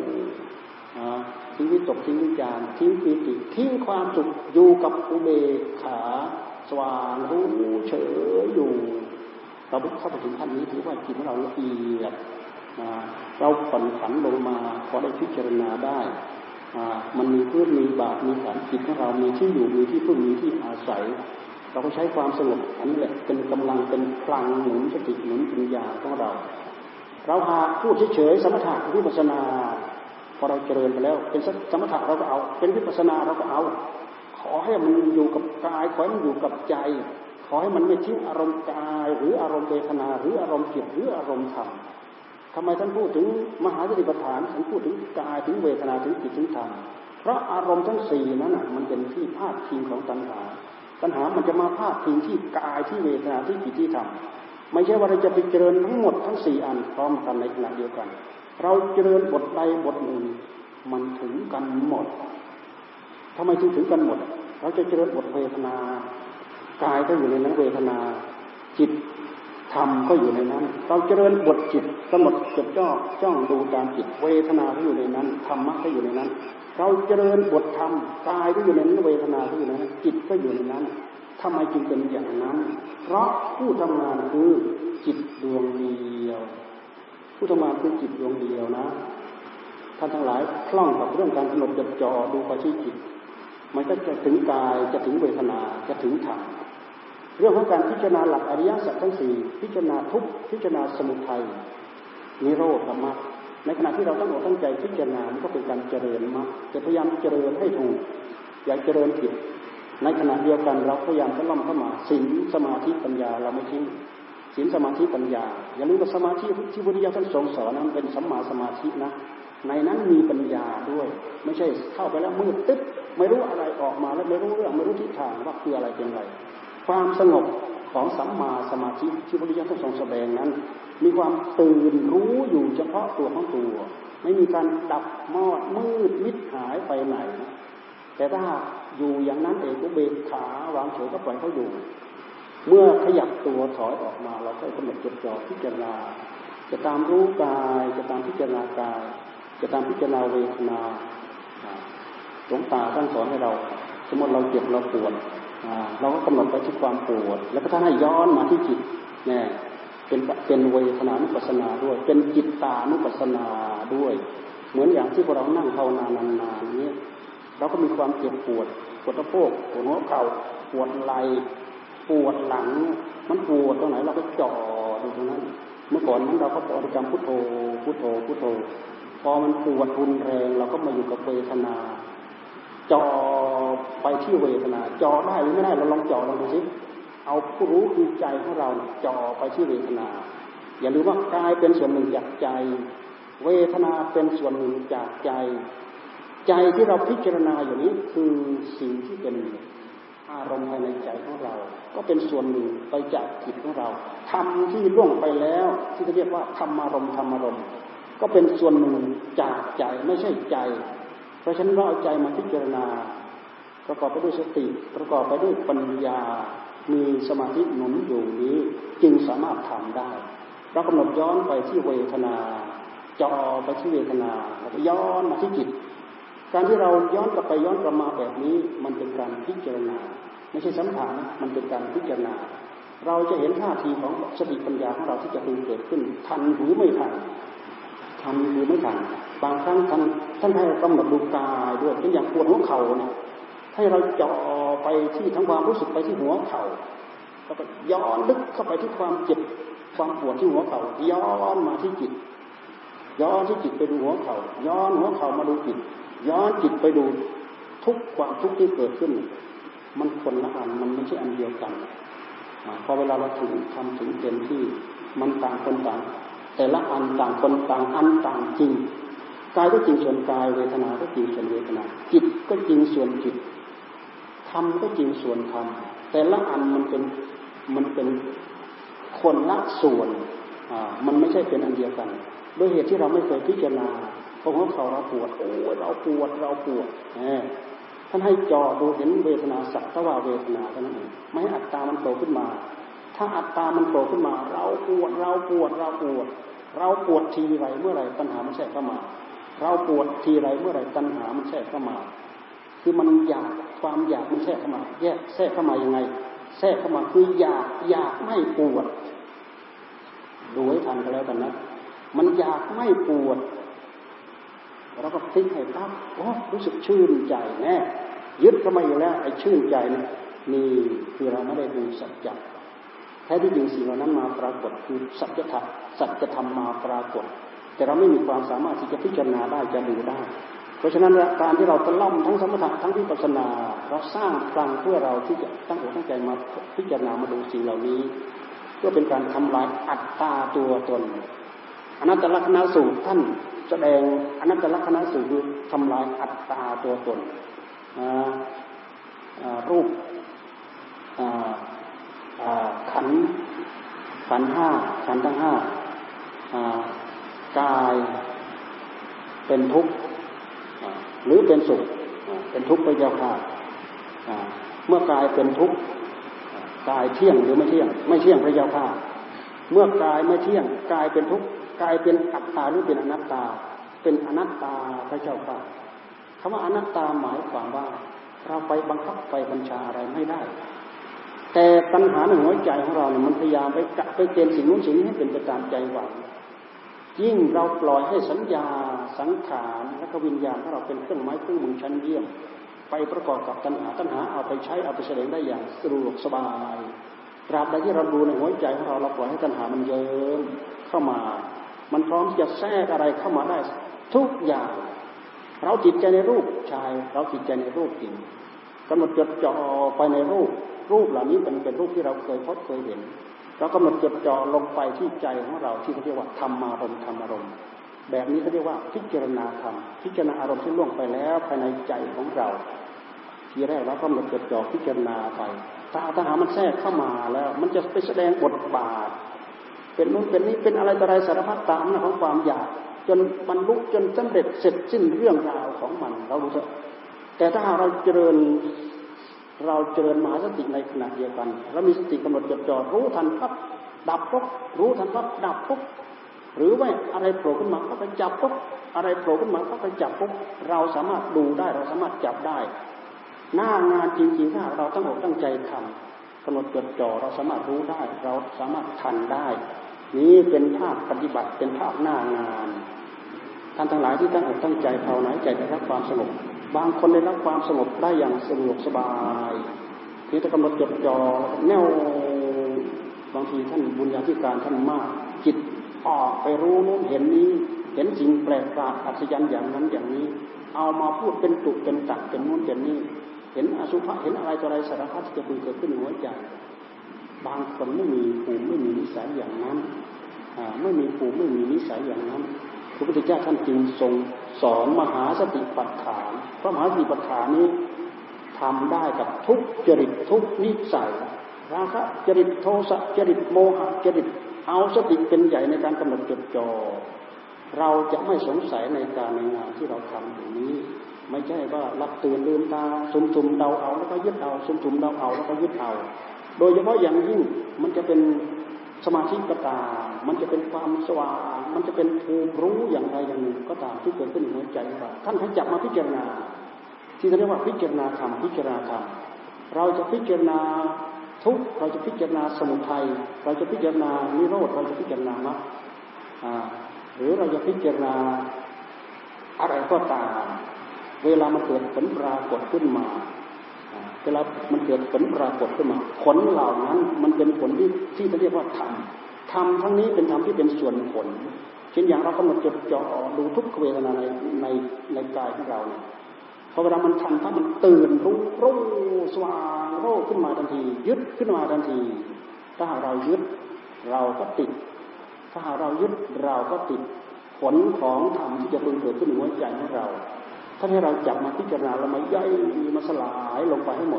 ทิ้งวิตกทิ้งวิจารทิ้งปีติทิ้งความสุขอยู่กับอุเบกขาสว่างรู้เฉยอยู่เราเข้าไปถึงขั้นนี้ถือว่าจิตของเราละเอียดเราผ่อนผันลงมาพอได้พิจารณาได้มันมีพื้นมีบาทมีฐานจิตของเรามีที่อยู่มีที่พึ่งมีที่อาศัยเราก็ใช้ความสงบอันนี้แหละเป็นกำลังเป็นพลังหนุนสติหนุนปัญญาของเราเราหากพูดเฉยๆสมถะวิปัสสนาพอเราเจริญไปแล้วเป็นสมถะเราก็เอาเป็นวิปัสสนาเราก็เอาขอให้มันอยู่กับกายขอให้มันอยู่กับใจขอให้มันไม่ทิ้งอารมณ์กายหรืออารมณ์เวทนาหรืออารมณ์จิตหรืออารมณ์ธรรมทำไมท่านพูดถึงมหาสติปัฏฐานท่านพูดถึงกายถึงเวทนาถึงจิตถึงธรรมเพราะอารมณ์ทั้งสี่นั้นน่ะมันเป็นที่พาดพิงของตัณหาตัณหามันจะมาพาดพิงที่กายที่เวทนาที่จิตที่ธรรมไม่ใช่ว่าเราจะไปเจริญทั้งหมดทั้งสี่อันพร้อมกันในขณะเดียวกันเราเจริญบทใดบทหนึ่งมันถึงกันหมดทำไมถึงถึงกันหมดเราจะเจริญบทเวทนากายก็อยู่ในนั้นเวทนาจิตธรรมก็อยู่ในนั้นเราเจริญบทจิตกำหนดจดจ่อจ้องดูตามจิตเวทนาก็อยู่ในนั้นธรรมะก็อยู่ในนั้นเราเจริญบทธรรมกายก็อยู่ในนั้นเวทนาก็อยู่ในนั้นจิตก็อยู่ในนั้นทำไมจึงเป็นอย่างนั้นเพราะผู้ทำงานคือจิตดวงเดียวผู้ทำงานคือจิตดวงเดียวนะท่านทั้งหลายคล่องกับเรื่องการกำหนดจดจ่อดูไปที่จิตมันก็จะถึงกายจะถึงเวทนาจะถึงธรรมเรื่องของการพิจารณาหลักอริยสัจทั้งสี่พิจารณาทุกข์พิจารณาสมุทัยนิโรธมรรคในขณะที่เราตั้งอกตั้งใจพิจารณามันก็เป็นการเจริญมรรคจะพยายามเจริญให้ถูกอย่าเจริญผิดในขณะเดียวกันเราพยายามจะล้อมเข้ามาศีลสมาธิปัญญาเราไม่ทิ้งศีลสมาธิปัญญาอย่าลืมว่าสมาธิที่พุทธเจ้าท่านทรงสอนนั้นเป็นสัมมาสมาธินะในนั้นมีปัญญาด้วยไม่ใช่เข้าไปแล้วมืดตึ๊บไม่รู้อะไรออกมาแล้วไม่รู้เรื่องไม่รู้ทิศทางว่าคืออะไรเป็นไรความสงบของสัมมาสมาธิที่พระพุทธเจ้าท่านทรงแสดงนั้นมีความตื่นรู้อยู่เฉพาะตัวของตัวไม่มีการดับมอดมืดมิดหายไปไหนแต่ถ้าอยู่อย่างนั้นเองก็เบกขาวางเฉยก็ปล่อยเขาอยู่เมื่อขยับตัวถอยออกมาเราก็กำหนดจดจ่อพิจารณาจะตามรู้กายจะตามพิจารณากายจะตามพิจารณาเวทนาหลวงตาท่านสอนให้เราสมมติเราเจ็บเราปวดเราก็กำหนดไปที่ความปวดแล้วก็ท่านให้ย้อนมาที่จิตเนี่ยเป็นเป็นเวทนานุปัสสนาด้วยเป็นจิตตานุปัสสนาด้วยเหมือนอย่างที่พวกเรานั่งภาวนานานๆนี้เราก็มีความเจ็บปวดปวดสะโพกปวดหัวเข่าปวดไหล่ปวดหลังมันปวดตรงไหนเราก็จ่อดูตรงนั้นเมื่อก่อนนั้นเราก็บริกรรมพุทโธพุทโธพุทโธพอมันปวดรุนแรงเราก็มาอยู่กับเวทนาจ่อไปที่เวทนาจ่อได้หรือไม่ได้เราลองจ่อลองดูสิเอาผู้รู้คือใจของเราจ่อไปที่เวทนาอย่าลืมว่ากายเป็นส่วนหนึ่งจากใจเวทนาเป็นส่วนหนึ่งจากใจใจที่เราพิจารณาอยู่นี้คือสิ่งที่เป็นอารมณ์ภายในใจของเราก็เป็นส่วนหนึ่งไปจากจิตของเราธรรมที่ล่วงไปแล้วที่เรียกว่าธรรมารมณ์ธรรมารมณ์ก็เป็นส่วนหนึ่งจากใจไม่ใช่ใจเพราะฉะนั้นเราเอาใจมาพิจารณาประกอบไปด้วยสติประกอบไปด้วยปัญญามีสมาธิหนุนอยู่นี้จึงสามารถทำได้เรากำหนดย้อนไปที่เวทนาจ่อไปที่เวทนาแล้วก็ย้อนมาที่จิตการที่เราย้อนกลับไปย้อนกลับมาแบบนี้มันเป็นการพิจารณาไม่ใช่สัมผัสมันเป็นการพิจารณาเราจะเห็นท่าทีของสติปัญญาของเราที่จะพึงเกิดขึ้นทันหรือไม่ทันทันหรือไม่ทันบางครั้งท่านท่านให้เรากำหนดดูกายด้วยเช่นอย่างปวดหัวเข่าเนี่ยให้เราจ่อไปที่ทั้งความรู้สึกไปที่หัวเข่าแล้วก็ย้อนลึกเข้าไปที่ความเจ็บความปวดที่หัวเข่าย้อนมาที่จิตย้อนที่จิตไปดูหัวเข่าย้อนหัวเข่ามาดูจิตย้อนจิตไปดูทุกความทุกข์ที่เกิดขึ้นมันคนละอันมันไม่ใช่อันเดียวกันพอเวลาเราถึงทำถึงเต็มที่มันต่างคนต่างแต่ละอันต่างคนต่างอันต่างจริงกายก็จริงส่วนกายเวทนาก็จริงส่วนเวทนาจิตก็จริงส่วนจิตธรรมก็จริงส่วนธรรมแต่ละอันมันเป็นมันเป็นคนละส่วนมันไม่ใช่เป็นอันเดียวกันด้วยเหตุที่เราไม่เคยพิจารณาเพราะหัวเข่าเราปวดโอ้ยเราปวดเราปวดท่านให้จอดูเห็นเวทนาสักแต่ว่าเวทนาเท่านั้นเองไม่ให้อัตตามันโผล่ขึ้นมาถ้าอัตตามันโผล่ขึ้นมาเราปวดเราปวดเราปวดเราปวดทีไรเมื่อไรตัณหามันแทรกเข้ามาเราปวดทีไรเมื่อไรตัณหามันแทรกเข้ามาคือมันอยากความอยากมันแทรกเข้ามาแยกแทรกเข้ามายังไงแทรกเข้ามาคืออยากอยากไม่ปวดดูให้ทันก็แล้วกันนะมันอยากไม่ปวดเราก็พลิกให้ปั๊บโอ้รู้สึกชื่นใจแน่ยึดเข้ามาอยู่แล้วไอ้ชื่นใจนี่นี่คือเราไม่ได้ดูสัจจะแท้ที่จริงสิ่งเหล่านั้นมาปรากฏคือสัจธรรมสัจธรรมมาปรากฏแต่เราไม่มีความสามารถที่จะพิจารณาได้จะดูได้เพราะฉะนั้นการที่เราตะล่อมทั้งสมถะทั้งวิปัสสนาเราสร้างกลางเพื่อเราที่จะตั้งอกตั้งใจมาพิจารณามาดูสิ่งเหล่านี้เพื่อเป็นการทำลายอัตตาตัวตนอนัตตลักษณสูตรท่านแสดงอนัตตลักษณสูตรคือทำลายอัตตาตัวตนรูปขันธ์ขันธ์ห้าขันธ์ทั้งห้ากายเป็นทุกข์หรือเป็นสุขเป็นทุกข์ไปยาวค่ะเมื่อกายเป็นทุกข์กายเที่ยงหรือไม่เที่ยงไม่เที่ยงพระยาค่ะเมื่อกายไม่เที่ยงกายเป็นทุกข์กายเป็นอัตตาหรือเป็นอนัตตาเป็นอนัตตาพระเจ้าค่ะคำว่าอนัตตาหมายความว่าเราไปบังคับไปบัญชาอะไรไม่ได้แต่ปัญหาในหัวใจของเราเนี่ยมันพยายามไปกะไปเกณฑ์สิ่งนู้นสิ่งนี้ให้เป็นไปตามใจหวังยิ่งเราปล่อยให้สัญญาสังขารและก็วิญญาณของเราเป็นเครื่องไม้เครื่องมือชั้นเยี่ยมไปประกอบกับตัณหาตัณหาเอาไปใช้เอาไปแสดงได้อย่างสะดวกสบายตราบใดที่เราดูในหัวใจของเราเราปล่อยให้ตัณหามันเยิ้มเข้ามามันพร้อมที่จะแทรกอะไรเข้ามาได้ทุกอย่างเราจิตใจในรูปชายเราจิตใจในรูปหญิงกำหนดจดจ่อไปในรูปรูปเหล่านี้เป็นเป็นรูปที่เราเคยพบเคยเห็นเรากำหนดจดจ่อลงไปที่ใจของเราที่เขาเรียกว่าธรรมารมณ์ธรรมารมณ์แบบนี้เขาเรียกว่าพิจารณาธรรมพิจารณาอารมณ์ที่ล่วงไปแล้วภายในใจของเราทีแรกเรากำหนดจดจ่อพิจารณาไปถ้าถ้าหามันแทรกเข้ามาแล้วมันจะไปแสดงบทบาทเป็นนู้นเป็นนี้เป็นอะไรต่ออะไรสารพัดตามหน้าของความอยากจนบรรลุจนสำเร็จเสร็จสิ้นเรื่องราวของมันเรารู้สึกแต่ถ้าเราเจริญเราเจริญมหาสติในขณะเดียวกันเรามีสติกำหนดจดจ่อรู้ทันปั๊บดับปุ๊บรู้ทันปั๊บดับปุ๊บหรือว่าอะไรโผล่ขึ้นมาก็ไปจับปุ๊บอะไรโผล่ขึ้นมาก็ไปจับปุ๊บเราสามารถดูได้เราสามารถจับได้หน้างานจริงๆถ้าเราตั้งอกตั้งใจทำกำหนดจดจ่อเราสามารถรู้ได้เราสามารถทันได้นี้เป็นภาคปฏิบัติเป็นภาคหน้างานท่านทั้งหลายที่ตั้งอกตั้งใจภาวนาใจได้รับความสงบบางคนได้รับความสงบได้อย่างสะดวกสบายที่จะกำหนดจดจ่อแนวบางทีท่านบุญญาธิการท่านมากจิตออกไปรู้นู้นเห็นนี้เห็นสิ่งแปลกประหลาดอัศจรรย์อย่างนั้นอย่างนี้เอามาพูดเป็นตุเป็นตักเป็นนู้นเป็นนี้เห็นอสุภะเห็นอะไรต่ออะไรสารพัดที่จะเกิดขึ้นในหัวใจบางคนไม่มีภูมิไม่มีนิสัยอย่างนั้นไม่มีภูมิไม่มีนิสัยอย่างนั้นพระพุทธเจ้าท่านจึงทรงสอนมหาสติปัฏฐานเพราะมหาสติปัฏฐานนี้ทำได้กับทุกจริตทุกนิสัยราคะจริตโทสะจริตโมหะจริตเอาสติเป็นใหญ่ในการกำหนดจดจ่อเราจะไม่สงสัยในการในงานที่เราทำอยู่นี้ไม่ใช่ว่าหลับตื่นลืมตาสุ่มๆเดาเอาแล้วก็ยึดเอาสุ่มๆเดาเอาแล้วก็ยึดเอาโดยเฉพาะอย่างยิ่งมันจะเป็นสมาธิก็ตามมันจะเป็นความสว่างมันจะเป็นภูมิรู้อย่างไรอย่างหนึ่งก็ตามที่เกิดขึ้นในหัวใจของเราท่านให้จับมาพิจารณาที่เรียกว่าพิจารณาธรรมพิจารณาธรรมเราจะพิจารณาทุกข์เราจะพิจารณาสมุทัยเราจะพิจารณานิโรธเราจะพิจารณามรรคหรือเราจะพิจารณาอะไรก็ตามเวลามันเกิดผลปรากฏขึ้นมาเวลามันเกิดผลปรากฏขึ้นมาผลเหล่านั้นมันเป็นผลที่ที่เขาเรียกว่าธรรมธรรมทั้งนี้เป็นธรรมที่เป็นส่วนผลเช่นอย่างเรากำหนดจดจ่อดูทุกขเวทนาในในในกายของเราเนี่ยพอเวลามันทันถ้ามันตื่นรู้รู้สว่างโรขึ้นมาทันทียึดขึ้นมาทันทีถ้าหากเรายึดเราก็ติดถ้าหากเรายึดเราก็ติดผลของธรรมที่จะเกิดขึ้นในหัวใจของเราถ้าให้เราจับมาพิจารณาแล้วมาย่อยมาสลายลงไปให้หมด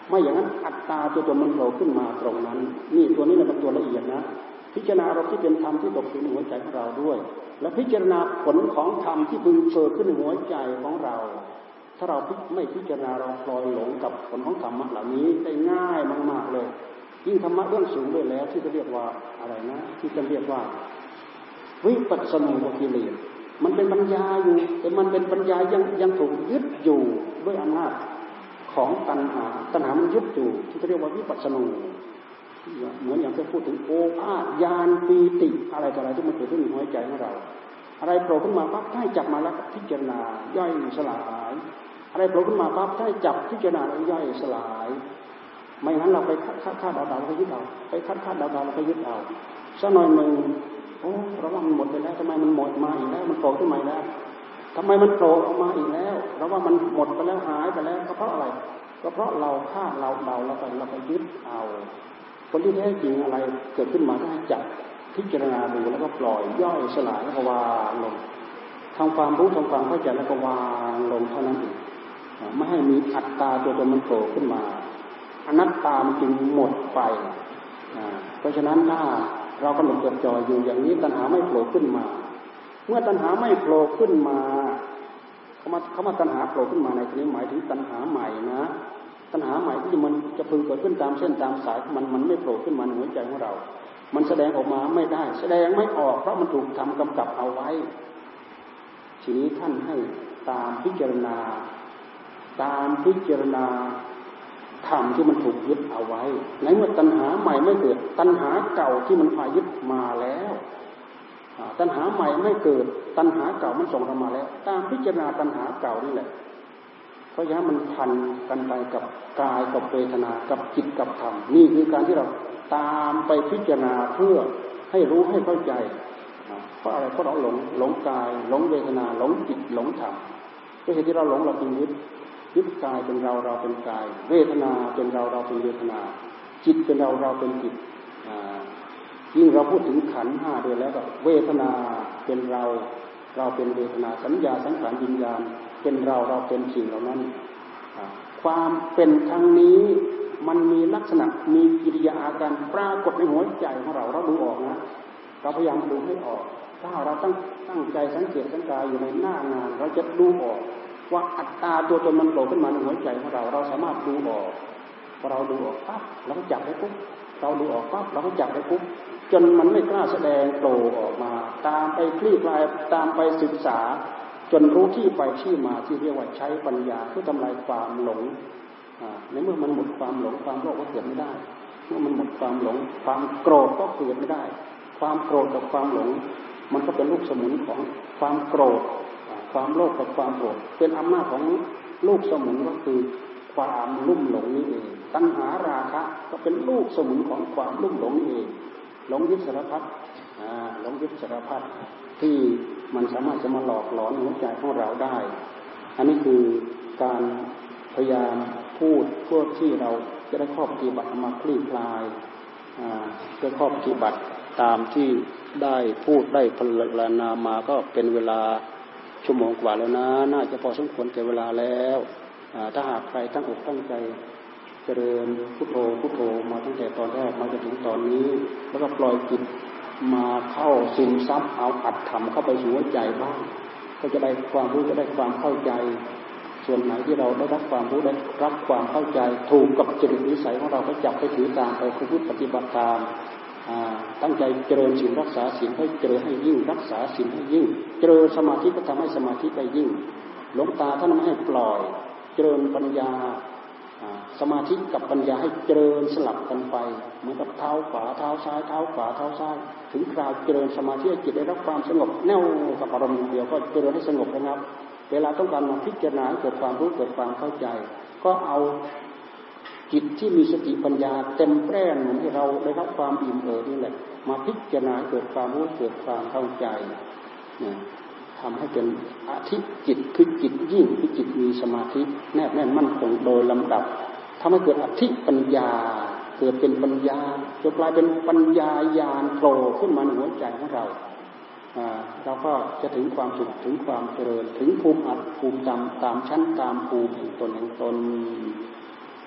ไม่อย่างนั้นอัตตาตัวตนมันโผล่ขึ้นมาตรงนั้นนี่ตัวนี้เป็นตัวละเอียดนะพิจารณาเราที่เป็นธรรมที่ตกอยู่ในหัวใจของเราด้วยและพิจารณาผลของธรรมที่พึงเกิดขึ้นในหัวใจของเราถ้าเราไม่พิจารณาเราปล่อยหลงกับผลของธรรมะเหล่านี้ได้ง่ายมากๆเลยยิ่งธรรมะเรื่องสูงด้วยแล้วที่จะเรียกว่าอะไรนะที่จะเรียกว่าวิปัสสนูปกิเลสมันเป็นปัญญาอยู่แต่มันเป็นปัญญายังยังถูกยึดอยู่ด้วยอำนาจของตัณหาตัณหามันยึดอยู่ที่จะเรียกว่าวิปัสสนูเหมือนอย่างที่พูดถึงโอภาสญาณปีติอะไรต่ออะไรที่มันเกิดขึ้นในหัวใจของเราอะไรโผล่ขึ้นมาปั๊บให้จับมาแล้วพิจารณาย่อยสลายอะไรโผล่ขึ้นมาปั๊บให้จับพิจารณาแล้วย่อยสลายไม่งั้นเราไปคัดคัดคัดเดาเดาเราก็ยึดเอาไปคัดคัดเดาเดาเราก็ยึดเอาสักหน่อยหนึ่งโอ้เราว่ามันหมดไปแล้วทำไมมันหมดมาอีกแล้วมันโผล่ขึ้นมาแล้วทำไมมันโผล่ออกมาอีกแล้วเราว่ามันหมดไปแล้วหายไปแล้วก็เพราะอะไรก็เพราะเราคาดเราเดาเราไปเราไปยึดเอาคนที่แท้จริงอะไรเกิดขึ้นมาก็ให้จับพิจารณาดูแล้วก็ปล่อยย่อยสลายแล้วก็วางลงทำความรู้ทำความเข้าใจแล้วก็วางลงเท่านั้นเองไม่ให้มีอัตตาตัวตนมันโผล่ขึ้นมาอนัตตามันจึงหมดไปเพราะฉะนั้นถ้าเรากำหนดจดจ่ออยู่อย่างนี้ตัณหาไม่โผล่ขึ้นมาเมื่อตัณหาไม่โผล่ขึ้นมาเขามาเขามาตัณหาโผล่ขึ้นมาในที่นี้หมายถึงตัณหาใหม่นะตัณหาใหม่ที่มันจะพึงเกิดขึ้นตามเส้นตามสายมันมันไม่โผล่ขึ้นมาในหัวใจของเรามันแสดงออกมาไม่ได้แสดงไม่ออกเพราะมันถูกทำกำกับเอาไว้ทีนี้ท่านให้ตามพิจารณาตามพิจารณาธรรมที่มันถูกยึดเอาไว้ในเมื่อตัณหาใหม่ไม่เกิดตัณหาเก่าที่มันพายึดมาแล้วตัณหาใหม่ไม่เกิดตัณหาเก่ามันส่งเรามาแล้วตามพิจารณาตัณหาเก่านี่แหละเพราะฉะนั้นมันพันกันไปกับกายกับเวทนากับจิตกับธรรมนี่คือการที่เราตามไปพิจารณาเพื่อให้รู้ให้เข้าใจเพราะอะไรเพราะเราหลงหลงกายหลงเวทนาหลงจิตหลงธรรมด้วยเหตุที่เราหลงเราจึงยึดยึดกายเป็นเราเราเป็นกายเวทนาเป็นเราเราเป็นเวทนาจิตเป็นเราเราเป็นจิตยิ่งเราพูดถึงขันธ์ห้าด้วยแล้วก็เวทนาเป็นเราเราเป็นเวทนาสัญญาสังขารวิญญาณเป็นเราเราเป็นสิ่งเหล่านั้นความเป็นครั้งนี้มันมีลักษณะมีกิริยาอาการปรากฏในหัวใจของเราเราดูออกนะเราพยายามดูให้ออกถ้าเราตั้งตั้งใจสังเกตสังกายอยู่ในหน้างานเราจะดูออกว่าอัตตาตัวตนมันโผล่ขึ้นมาในหัวใจของเราเราสามารถดูออกพอเราดูออกปั๊บเราก็จับได้ปุ๊บเราดูออกปั๊บเราก็จับได้ปุ๊บจนมันไม่กล้าแสดงโผล่ออกมาตามไปคลี่คลายตามไปศึกษาจนรู้ที่ไปที่มาที่เรียกว่าใช้ปัญญาเพื่อทำลายความหลงในเมื่อมันหมดความหลงความโลภก็เกิดไม่ได้เมื่อมันหมดความหลงความโกรธก็เกิดไม่ได้ความโกรธกับความหลงมันก็เป็นลูกสมุนของความโกรธความโลภกับความโกรธเป็นอำนาจของลูกสมุนก็คือความลุ่มหลงนี่เองตัณหาราคะก็เป็นลูกสมุนของความลุ่มหลงนี่เองหลงยึดสารพัดหลงยึดสารพัดที่มันสามารถจะมาหลอกหลอนหัวใจของเราได้อันนี้คือการพยายามพูดเพื่อที่เราจะได้ข้อปฏิบัติมาคลี่คลายเพื่อข้อปฏิบัติตามที่ได้พูดได้พรรณนามาก็เป็นเวลาชั่วโมงกว่าแล้วนะน่าจะพอสมควรแก่เวลาแล้วถ้าหากใครตั้งอกตั้งใจเจริญพุทโธพุทโธมาตั้งแต่ตอนแรกมาจนถึงตอนนี้แล้วก็ปล่อยจิตมาเข้าซึมซับเอาอัดทำเข้าไปสู่หัวใจบ้างก็จะได้ความรู้จะได้ความเข้าใจส่วนไหนที่เราได้รับความรู้ได้รับความเข้าใจถูกกับจริตนิสัยของเราก็จับไปถือตามไปคุปฏิบัติตามตั้งใจเจริญศีลรักษาศีลให้เจริญให้ยิ่งรักษาศีลให้ยิ่งเจริญสมาธิก็ทำให้สมาธิไปยิ่งหลวงตาท่านไม่ให้ปล่อยเจริญปัญญาสมาธิกับปัญญาให้เจริญสลับกันไปเหมือนกับเท้าขวาเท้าซ้ายเท้าขวาเท้าซ้ายถึงคราวเจริญสมาธิให้จิตได้รับความสงบแน่วกับอารมณ์เดียวก็เจริญให้สงบนะครับเวลาต้องการมาพิจารณาเกิดความรู้เกิดความเข้าใจก็เอาจิตที่มีสติปัญญาเต็มแปร่เหมือนที่เราได้รับความอิ่มเอิบนี่แหละมาพิจารณาเกิดความรู้เกิดความเข้าใจเนี่ยทำให้เป็นอธิจิตคือจิตยิ่งคือจิตมีสมาธิแนบแน่นมั่นคงโดยลำดับทำให้เกิดอธิปัญญาเกิดเป็นปัญญาจนกลายเป็นปัญญาญาณโผล่ขึ้นมาในหัวใจของเราเราก็จะถึงความสุขถึงความเจริญถึงภูมิอัตภูมิจำตามชั้นตามภูมิแห่งตนแห่งตน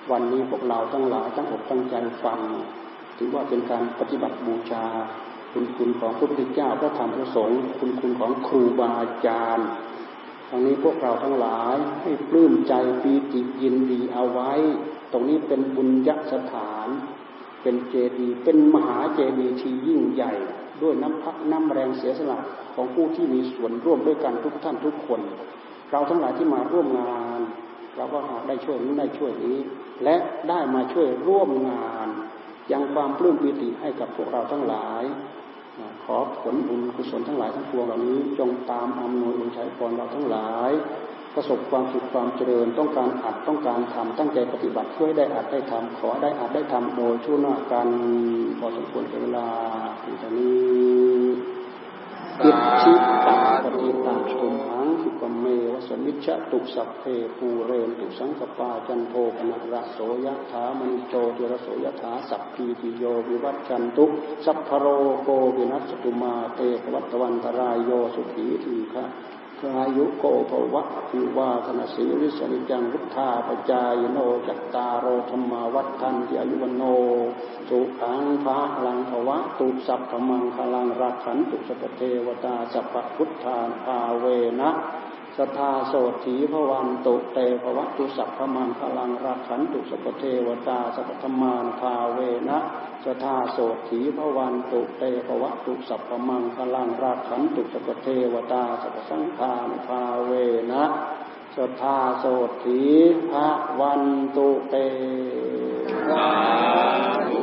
วันนี้พวกเราทั้งหลายตั้งอกตั้งใจฟังถือว่าเป็นการปฏิบัติบูชาคุณคุณของพระพุทธเจ้าพระธรรมพระสงฆ์คุณคุณของครูบาอาจารย์ตรงนี้พวกเราทั้งหลายให้ปลื้มใจปีติยินดีเอาไว้ตรงนี้เป็นบุญญสถานเป็นเจดีย์เป็นมหาเจดีย์ที่ยิ่งใหญ่ด้วยน้ำพักน้ำแรงเสียสละของผู้ที่มีส่วนร่วมด้วยกันทุกท่านทุกคนเราทั้งหลายที่มาร่วมงานเราก็หากได้ช่วยนี้ได้ช่วยนี้และได้มาช่วยร่วมงานยังความปลื้มปีติให้กับพวกเราทั้งหลายขอผลบุญกุศลทั้งหลายทั้งปวงเหล่านี้จงตามอำนวยอวยชัยพรเราทั้งหลายประสบความสุขความเจริญต้องการอัดต้องการทำตั้งใจปฏิบัติเพื่อได้อัดได้ทำขอได้อัดได้ทำโดยชั่วหน้ากันพอสมควรแก่เวลาที่จะนี้อิทธิปัปฏิตังตุมหังสุปเมวะสมิจฉตุสัพเพภูเรนตุสังกปาจันโทปนะระโสยถามณิโชติระโสยถาสัพพีติโยวิวัชชันตุสัพพโรโควินัสตุมาเตภวัตวันตรายโยสุขีทีฆะอายุโกภวะภิวาธนาสีริสนิจังพุทธาปจายโนจัตตารโอธรรมาวัฏทันติอายุวันโนสุขังภาลังภวะตุสัพพมังคลังรักขันตุสัพเทวตาสัพพพุทธาภาเวนะสัทธาโสถีภวันตุเตภวะตุสัพพมังคลังรักขันตุสัพเทวตาสัพพธรรมานภาเวนะสัทธาโสถีภวันตุเตภวะตุสัพพมังคลังรักขันตุสัพเทวตาสัพพสังฆานภาเวนะสัทธาโสถีภวันตุเต